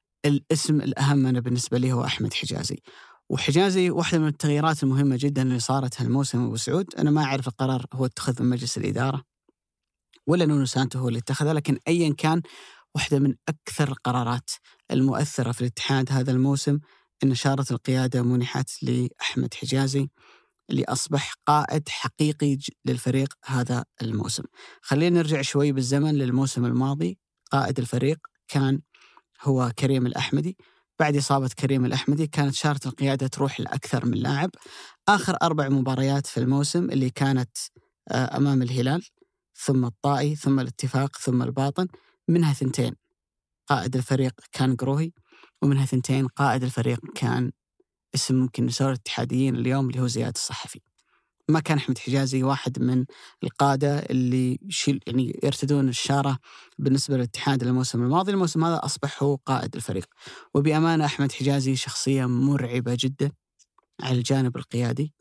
الاسم الأهم أنا بالنسبة لي هو أحمد حجازي. وحجازي واحدة من التغييرات المهمة جدا اللي صارت هالموسم أبو سعود. أنا ما أعرف القرار هو اتخذ من مجلس الإدارة ولا نونو سانتو هو اللي اتخذه، لكن أيا كان واحدة من أكثر القرارات المؤثرة في الاتحاد هذا الموسم إن شارة القيادة منحت لأحمد حجازي اللي أصبح قائد حقيقي للفريق هذا الموسم. خلينا نرجع شوي بالزمن للموسم الماضي. قائد الفريق كان هو كريم الأحمدي. بعد إصابة كريم الأحمدي كانت شارة القيادة تروح لأكثر من لاعب. آخر أربع مباريات في الموسم اللي كانت أمام الهلال ثم الطائي ثم الاتفاق ثم الباطن، منها ثنتين قائد الفريق كان قروهي، ومنها ثنتين قائد الفريق كان اسم ممكن نسور الاتحاديين اليوم اللي هو زياد الصحفي. ما كان أحمد حجازي واحد من القادة اللي يشيل يعني يرتدون الشارة بالنسبة للاتحاد الموسم الماضي. الموسم هذا أصبح هو قائد الفريق، وبأمانة أحمد حجازي شخصية مرعبة جدا على الجانب القيادي.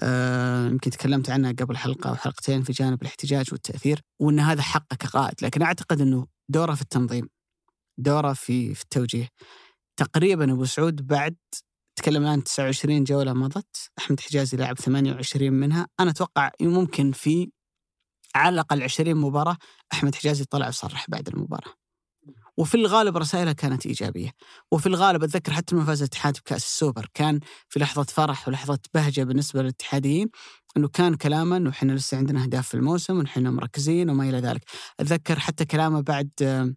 آه، يمكن تكلمت عنها قبل حلقة أو حلقتين في جانب الاحتجاج والتأثير، وأن هذا حقه كقائد. لكن أعتقد أنه دوره في التنظيم، دوره في في التوجيه. تقريبا أبو سعود بعد تكلم الآن تسعة وعشرين جولة مضت، أحمد حجازي لعب ثمانية وعشرين منها. أنا أتوقع ممكن في على الأقل عشرين مباراة أحمد حجازي طلع وصرح بعد المباراة، وفي الغالب رسائلها كانت إيجابية. وفي الغالب أتذكر حتى لما فاز الاتحاد بكأس السوبر كان في لحظة فرح ولحظة بهجة بالنسبة للاتحاديين، أنه كان كلامه أنه إحنا لسه عندنا أهداف في الموسم ونحن مركزين وما إلى ذلك. أتذكر حتى كلامه بعد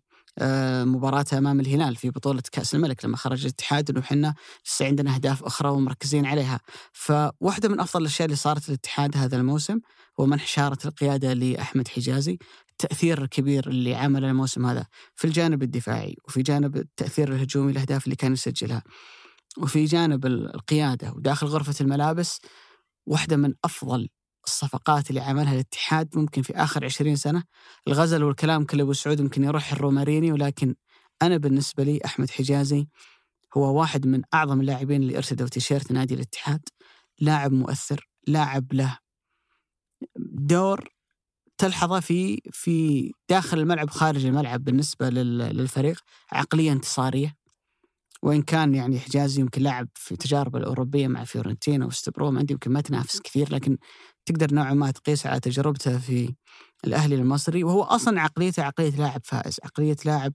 مباراة أمام الهلال في بطولة كأس الملك لما خرج الاتحاد أنه إحنا لسه عندنا أهداف أخرى ومركزين عليها. فواحدة من أفضل الأشياء اللي صارت للاتحاد هذا الموسم هو منح شارة القيادة لأحمد حجازي. التأثير الكبير اللي عمله الموسم هذا في الجانب الدفاعي، وفي جانب التأثير الهجومي الأهداف اللي كان يسجلها، وفي جانب القيادة وداخل غرفة الملابس، واحدة من أفضل الصفقات اللي عملها الاتحاد ممكن في آخر عشرين سنة. الغزل والكلام كله أبو سعود ممكن يروح الروماريني، ولكن أنا بالنسبة لي أحمد حجازي هو واحد من أعظم اللاعبين اللي أرسدوا تيشيرت نادي الاتحاد. لاعب مؤثر، لاعب له دور تلحظه في في داخل الملعب خارج الملعب بالنسبة للفريق، عقلية انتصارية. وإن كان يعني حجازي يمكن لاعب في تجارب الأوروبية مع فيورنتينا واستبروم، عندي يمكن ما تنافس كثير، لكن تقدر نوعا ما تقيس على تجربته في الأهلي المصري. وهو أصلا عقليته عقلية لاعب فائز، عقلية لاعب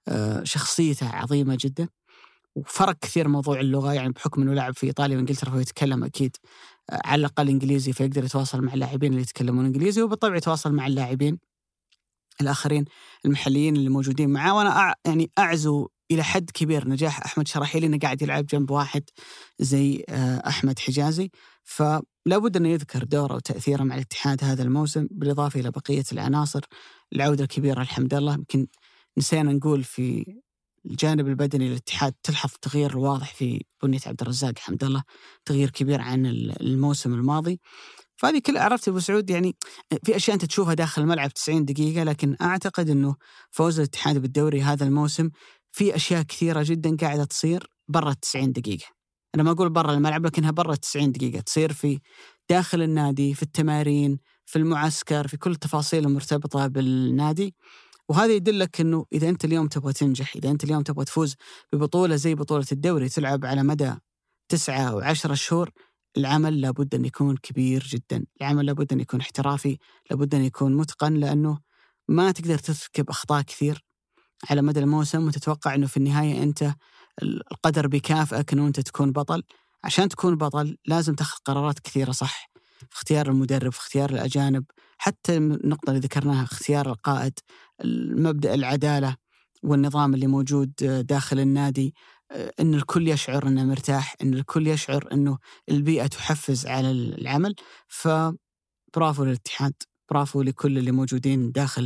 شخصيته عظيمة جدا. وفرق كثير موضوع اللغة، يعني بحكم أنه لاعب في إيطاليا وإنجلترا فهو يتكلم أكيد على الأقل إنجليزي، فيقدر يتواصل مع اللاعبين اللي يتكلمون إنجليزي، وبالطبع يتواصل مع اللاعبين الآخرين المحليين اللي موجودين معاه. وأنا أع... يعني أعزو إلى حد كبير نجاح أحمد شراحيلي إنه قاعد يلعب جنب واحد زي أحمد حجازي، فلا بد أن يذكر دوره وتأثيره مع الاتحاد هذا الموسم، بالإضافة إلى بقية العناصر. العودة الكبيرة الحمد لله. يمكن نسينا نقول في الجانب البدني الاتحاد تلحظ تغيير الواضح في بنية عبد الرزاق، حمد الله تغيير كبير عن الموسم الماضي. فهذه كل عرفت أبو سعود، يعني في أشياء أنت تشوفها داخل الملعب تسعين دقيقة، لكن أعتقد أنه فوز الاتحاد بالدوري هذا الموسم في أشياء كثيرة جدا قاعدة تصير برا التسعين دقيقة. أنا ما أقول برا الملعب، لكنها برا التسعين دقيقة تصير في داخل النادي، في التمارين، في المعسكر، في كل التفاصيل المرتبطة بالنادي. وهذا يدلك أنه إذا أنت اليوم تبغى تنجح، إذا أنت اليوم تبغى تفوز ببطولة زي بطولة الدوري تلعب على مدى تسعة أو عشرة شهور، العمل لابد أن يكون كبير جدا. العمل لابد أن يكون احترافي، لابد أن يكون متقن، لأنه ما تقدر ترتكب أخطاء كثير على مدى الموسم وتتوقع أنه في النهاية أنت القدر بكافئك أنه أنت تكون بطل. عشان تكون بطل لازم تأخذ قرارات كثيرة صح، في اختيار المدرب، في اختيار الأجانب، حتى النقطة اللي ذكرناها اختيار القائد، المبدأ العدالة والنظام اللي موجود داخل النادي، أن الكل يشعر أنه مرتاح، أن الكل يشعر أنه البيئة تحفز على العمل. فبرافو للاتحاد، برافو لكل اللي موجودين داخل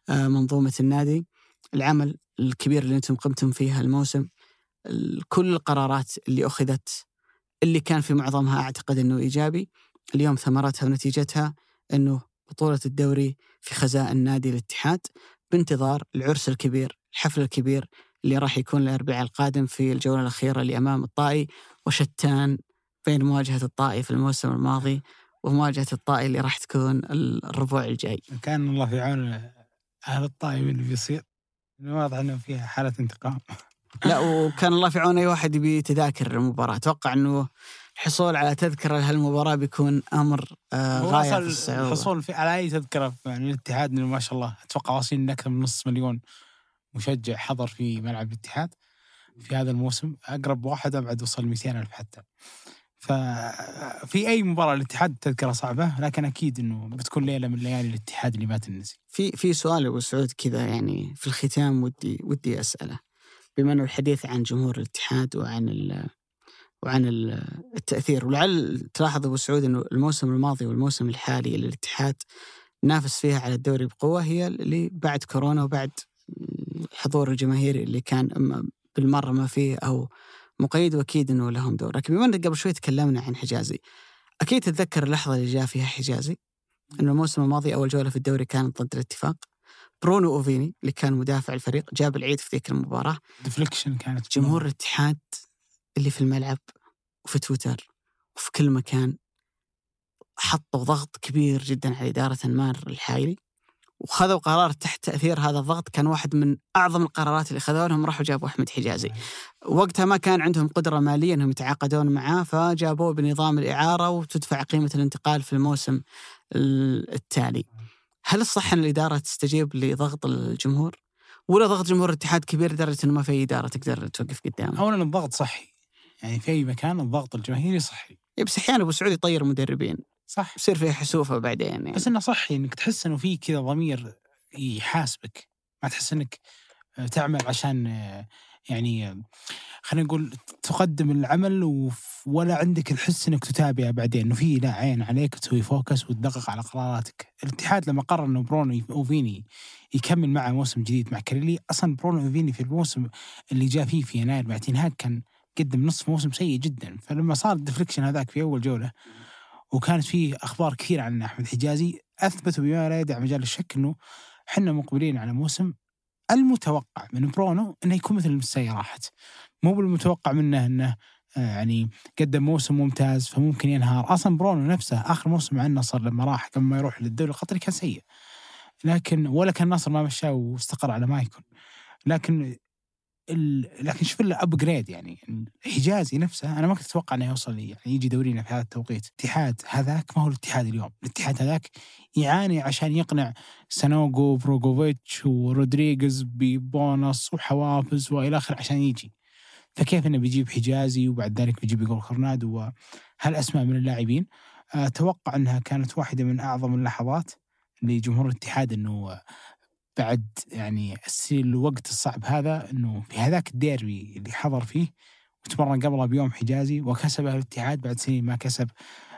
منظومة النادي، العمل الكبير اللي أنتم قمتم فيها الموسم، كل القرارات اللي أخذت اللي كان في معظمها أعتقد أنه إيجابي، اليوم ثمرتها ونتيجتها أنه بطولة الدوري في خزائن نادي الاتحاد، بانتظار العرس الكبير، الحفل الكبير اللي راح يكون الأربعاء القادم في الجولة الأخيرة اللي أمام الطائي. وشتان بين مواجهة الطائي في الموسم الماضي ومواجهة الطائي اللي راح تكون الربوع الجاي. كان الله في عون أهل الطائي اللي بيصير، واضح أنه فيها حالة انتقام. لا، وكان الله في عون أي واحد يبي تذاكر المباراة. أتوقع أنه الحصول على تذكرة لهالمباراة بيكون أمر آه غاية في الصعوبة. الحصول في على أي تذكرة يعني الاتحاد، إنه ما شاء الله أتوقع واصلين أكثر من نص مليون مشجع حضر في ملعب الاتحاد في هذا الموسم، أقرب واحد أبعد وصل مئتين ألف حتى. ففي أي مباراة الاتحاد تذكرة صعبة، لكن أكيد إنه بتكون ليلة من ليالي الاتحاد اللي ما تنسي. في في سؤال أبو سعود كذا يعني في الختام ودي ودي أسأله، بما أنه الحديث عن جمهور الاتحاد وعن ال وعن التأثير، ولعل تلاحظ أبو سعود أنه الموسم الماضي والموسم الحالي اللي الاتحاد نافس فيها على الدوري بقوة هي اللي بعد كورونا وبعد الحضور الجماهيري اللي كان بالمرة ما فيه أو مقيد، وأكيد أنه لهم دور. لكن بما أنك قبل شوي تكلمنا عن حجازي، أكيد تتذكر اللحظة اللي جاء فيها حجازي، أنه الموسم الماضي أول جولة في الدوري كانت ضد الاتفاق، برونو أوفيني اللي كان مدافع الفريق جاب العيد في ذيك المباراة. ديفليكشن كانت جمهور الاتحاد اللي في الملعب وفي تويتر وفي كل مكان حطوا ضغط كبير جدا على إدارة أنمار الحايلي، وخذوا قرار تحت تأثير هذا الضغط. كان واحد من أعظم القرارات اللي خذوها لهم، راحوا جابوا أحمد حجازي. وقتها ما كان عندهم قدرة مالية أنهم يتعاقدون معاه، فجابوه بنظام الإعارة وتدفع قيمة الانتقال في الموسم التالي. هل الصح أن الإدارة تستجيب لضغط الجمهور، ولا ضغط جمهور الاتحاد كبير لدرجة أنه ما في إدارة تقدر توقف قدامه؟ أولا الضغط صحي، يعني في أي مكان الضغط الجماهيري صحي. بس أحيانا أبو سعود يطير مدربين، صح، يصير فيها حسوفة بعدين يعني. بس إنه صحي إنك تحس إنه في كذا ضمير يحاسبك، ما تحس إنك تعمل عشان يعني خلينا نقول تقدم العمل ولا عندك الحس إنك تتابع بعدين، إنه في لا عين عليك تسوي فوكس وتدقق على قراراتك. الاتحاد لما قرر إنه برونو أوفيني يكمل معه موسم جديد مع كاريلي، أصلا برونو أوفيني في الموسم اللي جاء فيه في يناير مع تين هاج كان قدم نصف موسم سيء جدا. فلما صار الديفليكشن هذاك في أول جولة وكانت فيه أخبار كثير عن أحمد حجازي، أثبتوا بما لا يدع مجال الشك إنه حنا مقبلين على موسم المتوقع من برونو إنه يكون مثل المساية راحت، مو بالمتوقع منه إنه يعني قدم موسم ممتاز فممكن ينهار. أصلا برونو نفسه آخر موسم مع النصر لما راح قبل ما يروح للدوري القطري كان سيء، لكن ولا كان النصر ما مشاه واستقر على ما يكون. لكن ال... لكن شوف له أبجريد، يعني حجازي نفسه أنا ما كنت أتوقع أنه يوصل لي يعني يجي دورينا في هذا التوقيت. الاتحاد هذاك ما هو الاتحاد اليوم، الاتحاد هذاك يعاني عشان يقنع سانوغو بروغوفيتش ورودريغز ببونص وحوافز وإلى آخر عشان يجي. فكيف إنه بيجيب حجازي وبعد ذلك بيجيب يقول خرنادو وهالأسماء من اللاعبين؟ أتوقع أنها كانت واحدة من أعظم اللحظات لجمهور الاتحاد، إنه بعد يعني الوقت الصعب هذا إنه في هذاك الديربي اللي حضر فيه وتمرن قبله بيوم حجازي وكسبه الاتحاد بعد سنين ما كسب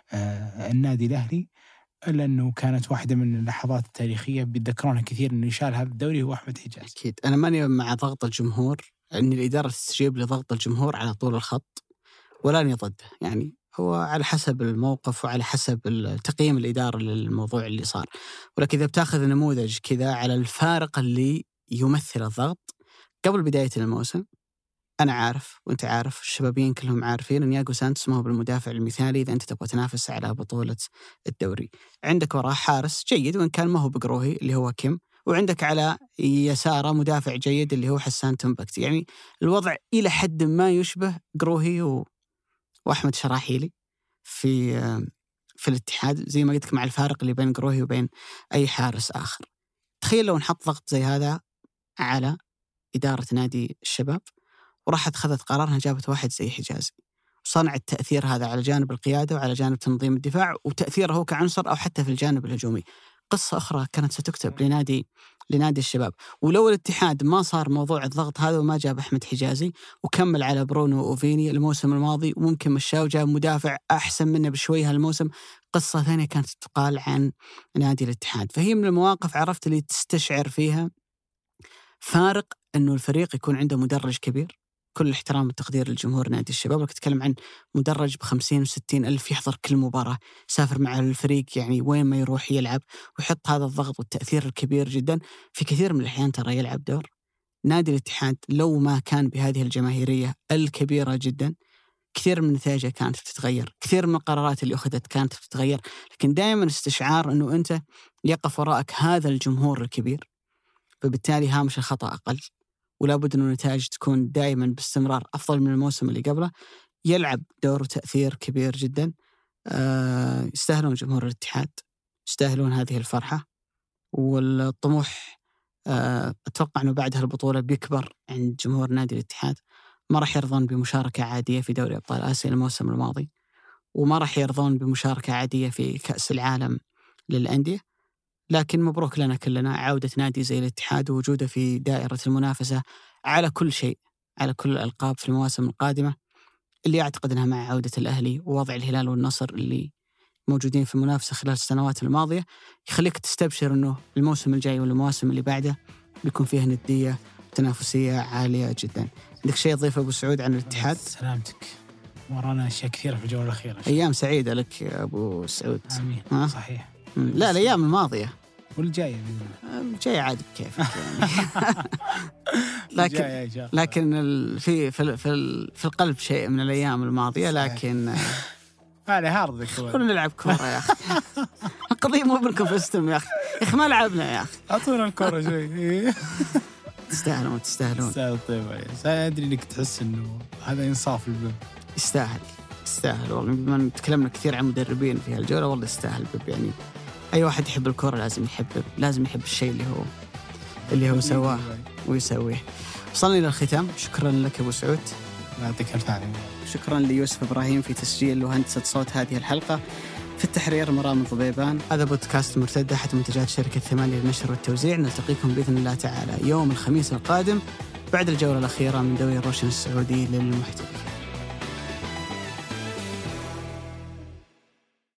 آه النادي الأهلي، إلا أنه كانت واحدة من اللحظات التاريخية بيتذكرونها كثير إنه يشال هذا الدوري هو أحمد حجازي. أكيد أنا ماني مع ضغط الجمهور، أن الإدارة تستجيب لضغط الجمهور على طول الخط ولا أني ضده، يعني هو على حسب الموقف وعلى حسب تقييم الإدارة للموضوع اللي صار. ولكن إذا بتاخذ نموذج كذا على الفارق اللي يمثل الضغط قبل بداية الموسم، أنا عارف وأنت عارف الشبابين كلهم عارفين أن ياغو سانتوس ما هو بالمدافع المثالي إذا أنت تبغى تنافس على بطولة الدوري. عندك وراه حارس جيد وإن كان ما هو بقروهي اللي هو كيم، وعندك على يساره مدافع جيد اللي هو حسان تنبكت. يعني الوضع إلى حد ما يشبه قروهي و... وأحمد شراحيلي في في الاتحاد، زي ما قلت لك مع الفارق اللي بين قروهي وبين أي حارس آخر. تخيل لو نحط ضغط زي هذا على إدارة نادي الشباب وراحت خذت قرارها جابت واحد زي حجازي وصنع التأثير هذا على جانب القيادة وعلى جانب تنظيم الدفاع وتأثيره هو كعنصر أو حتى في الجانب الهجومي. قصة أخرى كانت ستكتب لنادي لنادي الشباب. ولو الاتحاد ما صار موضوع الضغط هذا وما جاب أحمد حجازي وكمل على برونو أوفيني الموسم الماضي وممكن مشاه وجاب مدافع أحسن منه بشوي هالموسم، قصة ثانية كانت تقال عن نادي الاتحاد. فهي من المواقف عرفت اللي تستشعر فيها فارق أنه الفريق يكون عنده مدرج كبير، كل الاحترام والتقدير للجمهور نادي الشباب، لك تتكلم عن مدرج بخمسين وستين ألف يحضر كل مباراة، سافر مع الفريق يعني وين ما يروح يلعب، ويحط هذا الضغط والتأثير الكبير جدا. في كثير من الأحيان ترى يلعب دور. نادي الاتحاد لو ما كان بهذه الجماهيرية الكبيرة جدا كثير من نتائجه كانت بتتغير، كثير من القرارات اللي أخذت كانت بتتغير، لكن دائما استشعار أنه أنت يقف وراءك هذا الجمهور الكبير، فبالتالي هامش الخطأ أقل، ولا بد أن النتائج تكون دائما باستمرار أفضل من الموسم اللي قبله. يلعب دور وتأثير كبير جدا. أه يستاهلون جمهور الاتحاد، يستاهلون هذه الفرحة والطموح. أه أتوقع أنه بعد هالبطولة بيكبر عند جمهور نادي الاتحاد، ما راح يرضون بمشاركة عادية في دوري أبطال آسيا الموسم الماضي، وما راح يرضون بمشاركة عادية في كأس العالم للأندية. لكن مبروك لنا كلنا عودة نادي زي الاتحاد ووجوده في دائرة المنافسة على كل شيء، على كل الألقاب في المواسم القادمة، اللي أعتقد أنها مع عودة الأهلي ووضع الهلال والنصر اللي موجودين في المنافسة خلال السنوات الماضية يخليك تستبشر أنه الموسم الجاي والمواسم اللي بعده بيكون فيها ندية تنافسية عالية جدا. عندك شيء تضيفه أبو سعود عن الاتحاد؟ سلامتك، ورانا أشياء كثيرة في الجولة الأخيرة. أيام سعيدة لك يا أبو سعود. آمين. ها؟ صحيح. لا الأيام الماضية والجاية جاي عاد بكيفك يعني. لكن لكن في في في في القلب شيء من الأيام الماضية، لكن هذا هارد كورة. خلونا نلعب كورة يا أخي. القضية مو بنكم فزتم يا أخي، يا أخي ما لعبنا يا أخي. أعطونا الكورة شوي. تستاهلون تستاهلون. تستاهل. طيب أنا أدري إنك تحس إنه هذا إنصاف الباب. يستاهل يستاهل والله. بما تكلمنا كثير عن مدربين في هالجولة، والله يستاهل بيب. يعني أي واحد يحب الكرة لازم يحب لازم يحب الشيء اللي هو اللي هو سواه ويسويه. وصلنا إلى الختام. شكرا لك أبو سعود. يعطيك الف عافية. شكرا ليوسف إبراهيم في تسجيل وهندسة صوت هذه الحلقة. في التحرير مرام ضبيبان. هذا بودكاست مرتدة أحد منتجات شركة ثمانية للنشر والتوزيع. نلتقيكم بإذن الله تعالى يوم الخميس القادم بعد الجولة الأخيرة من دوري روشن السعودي للمحترفين.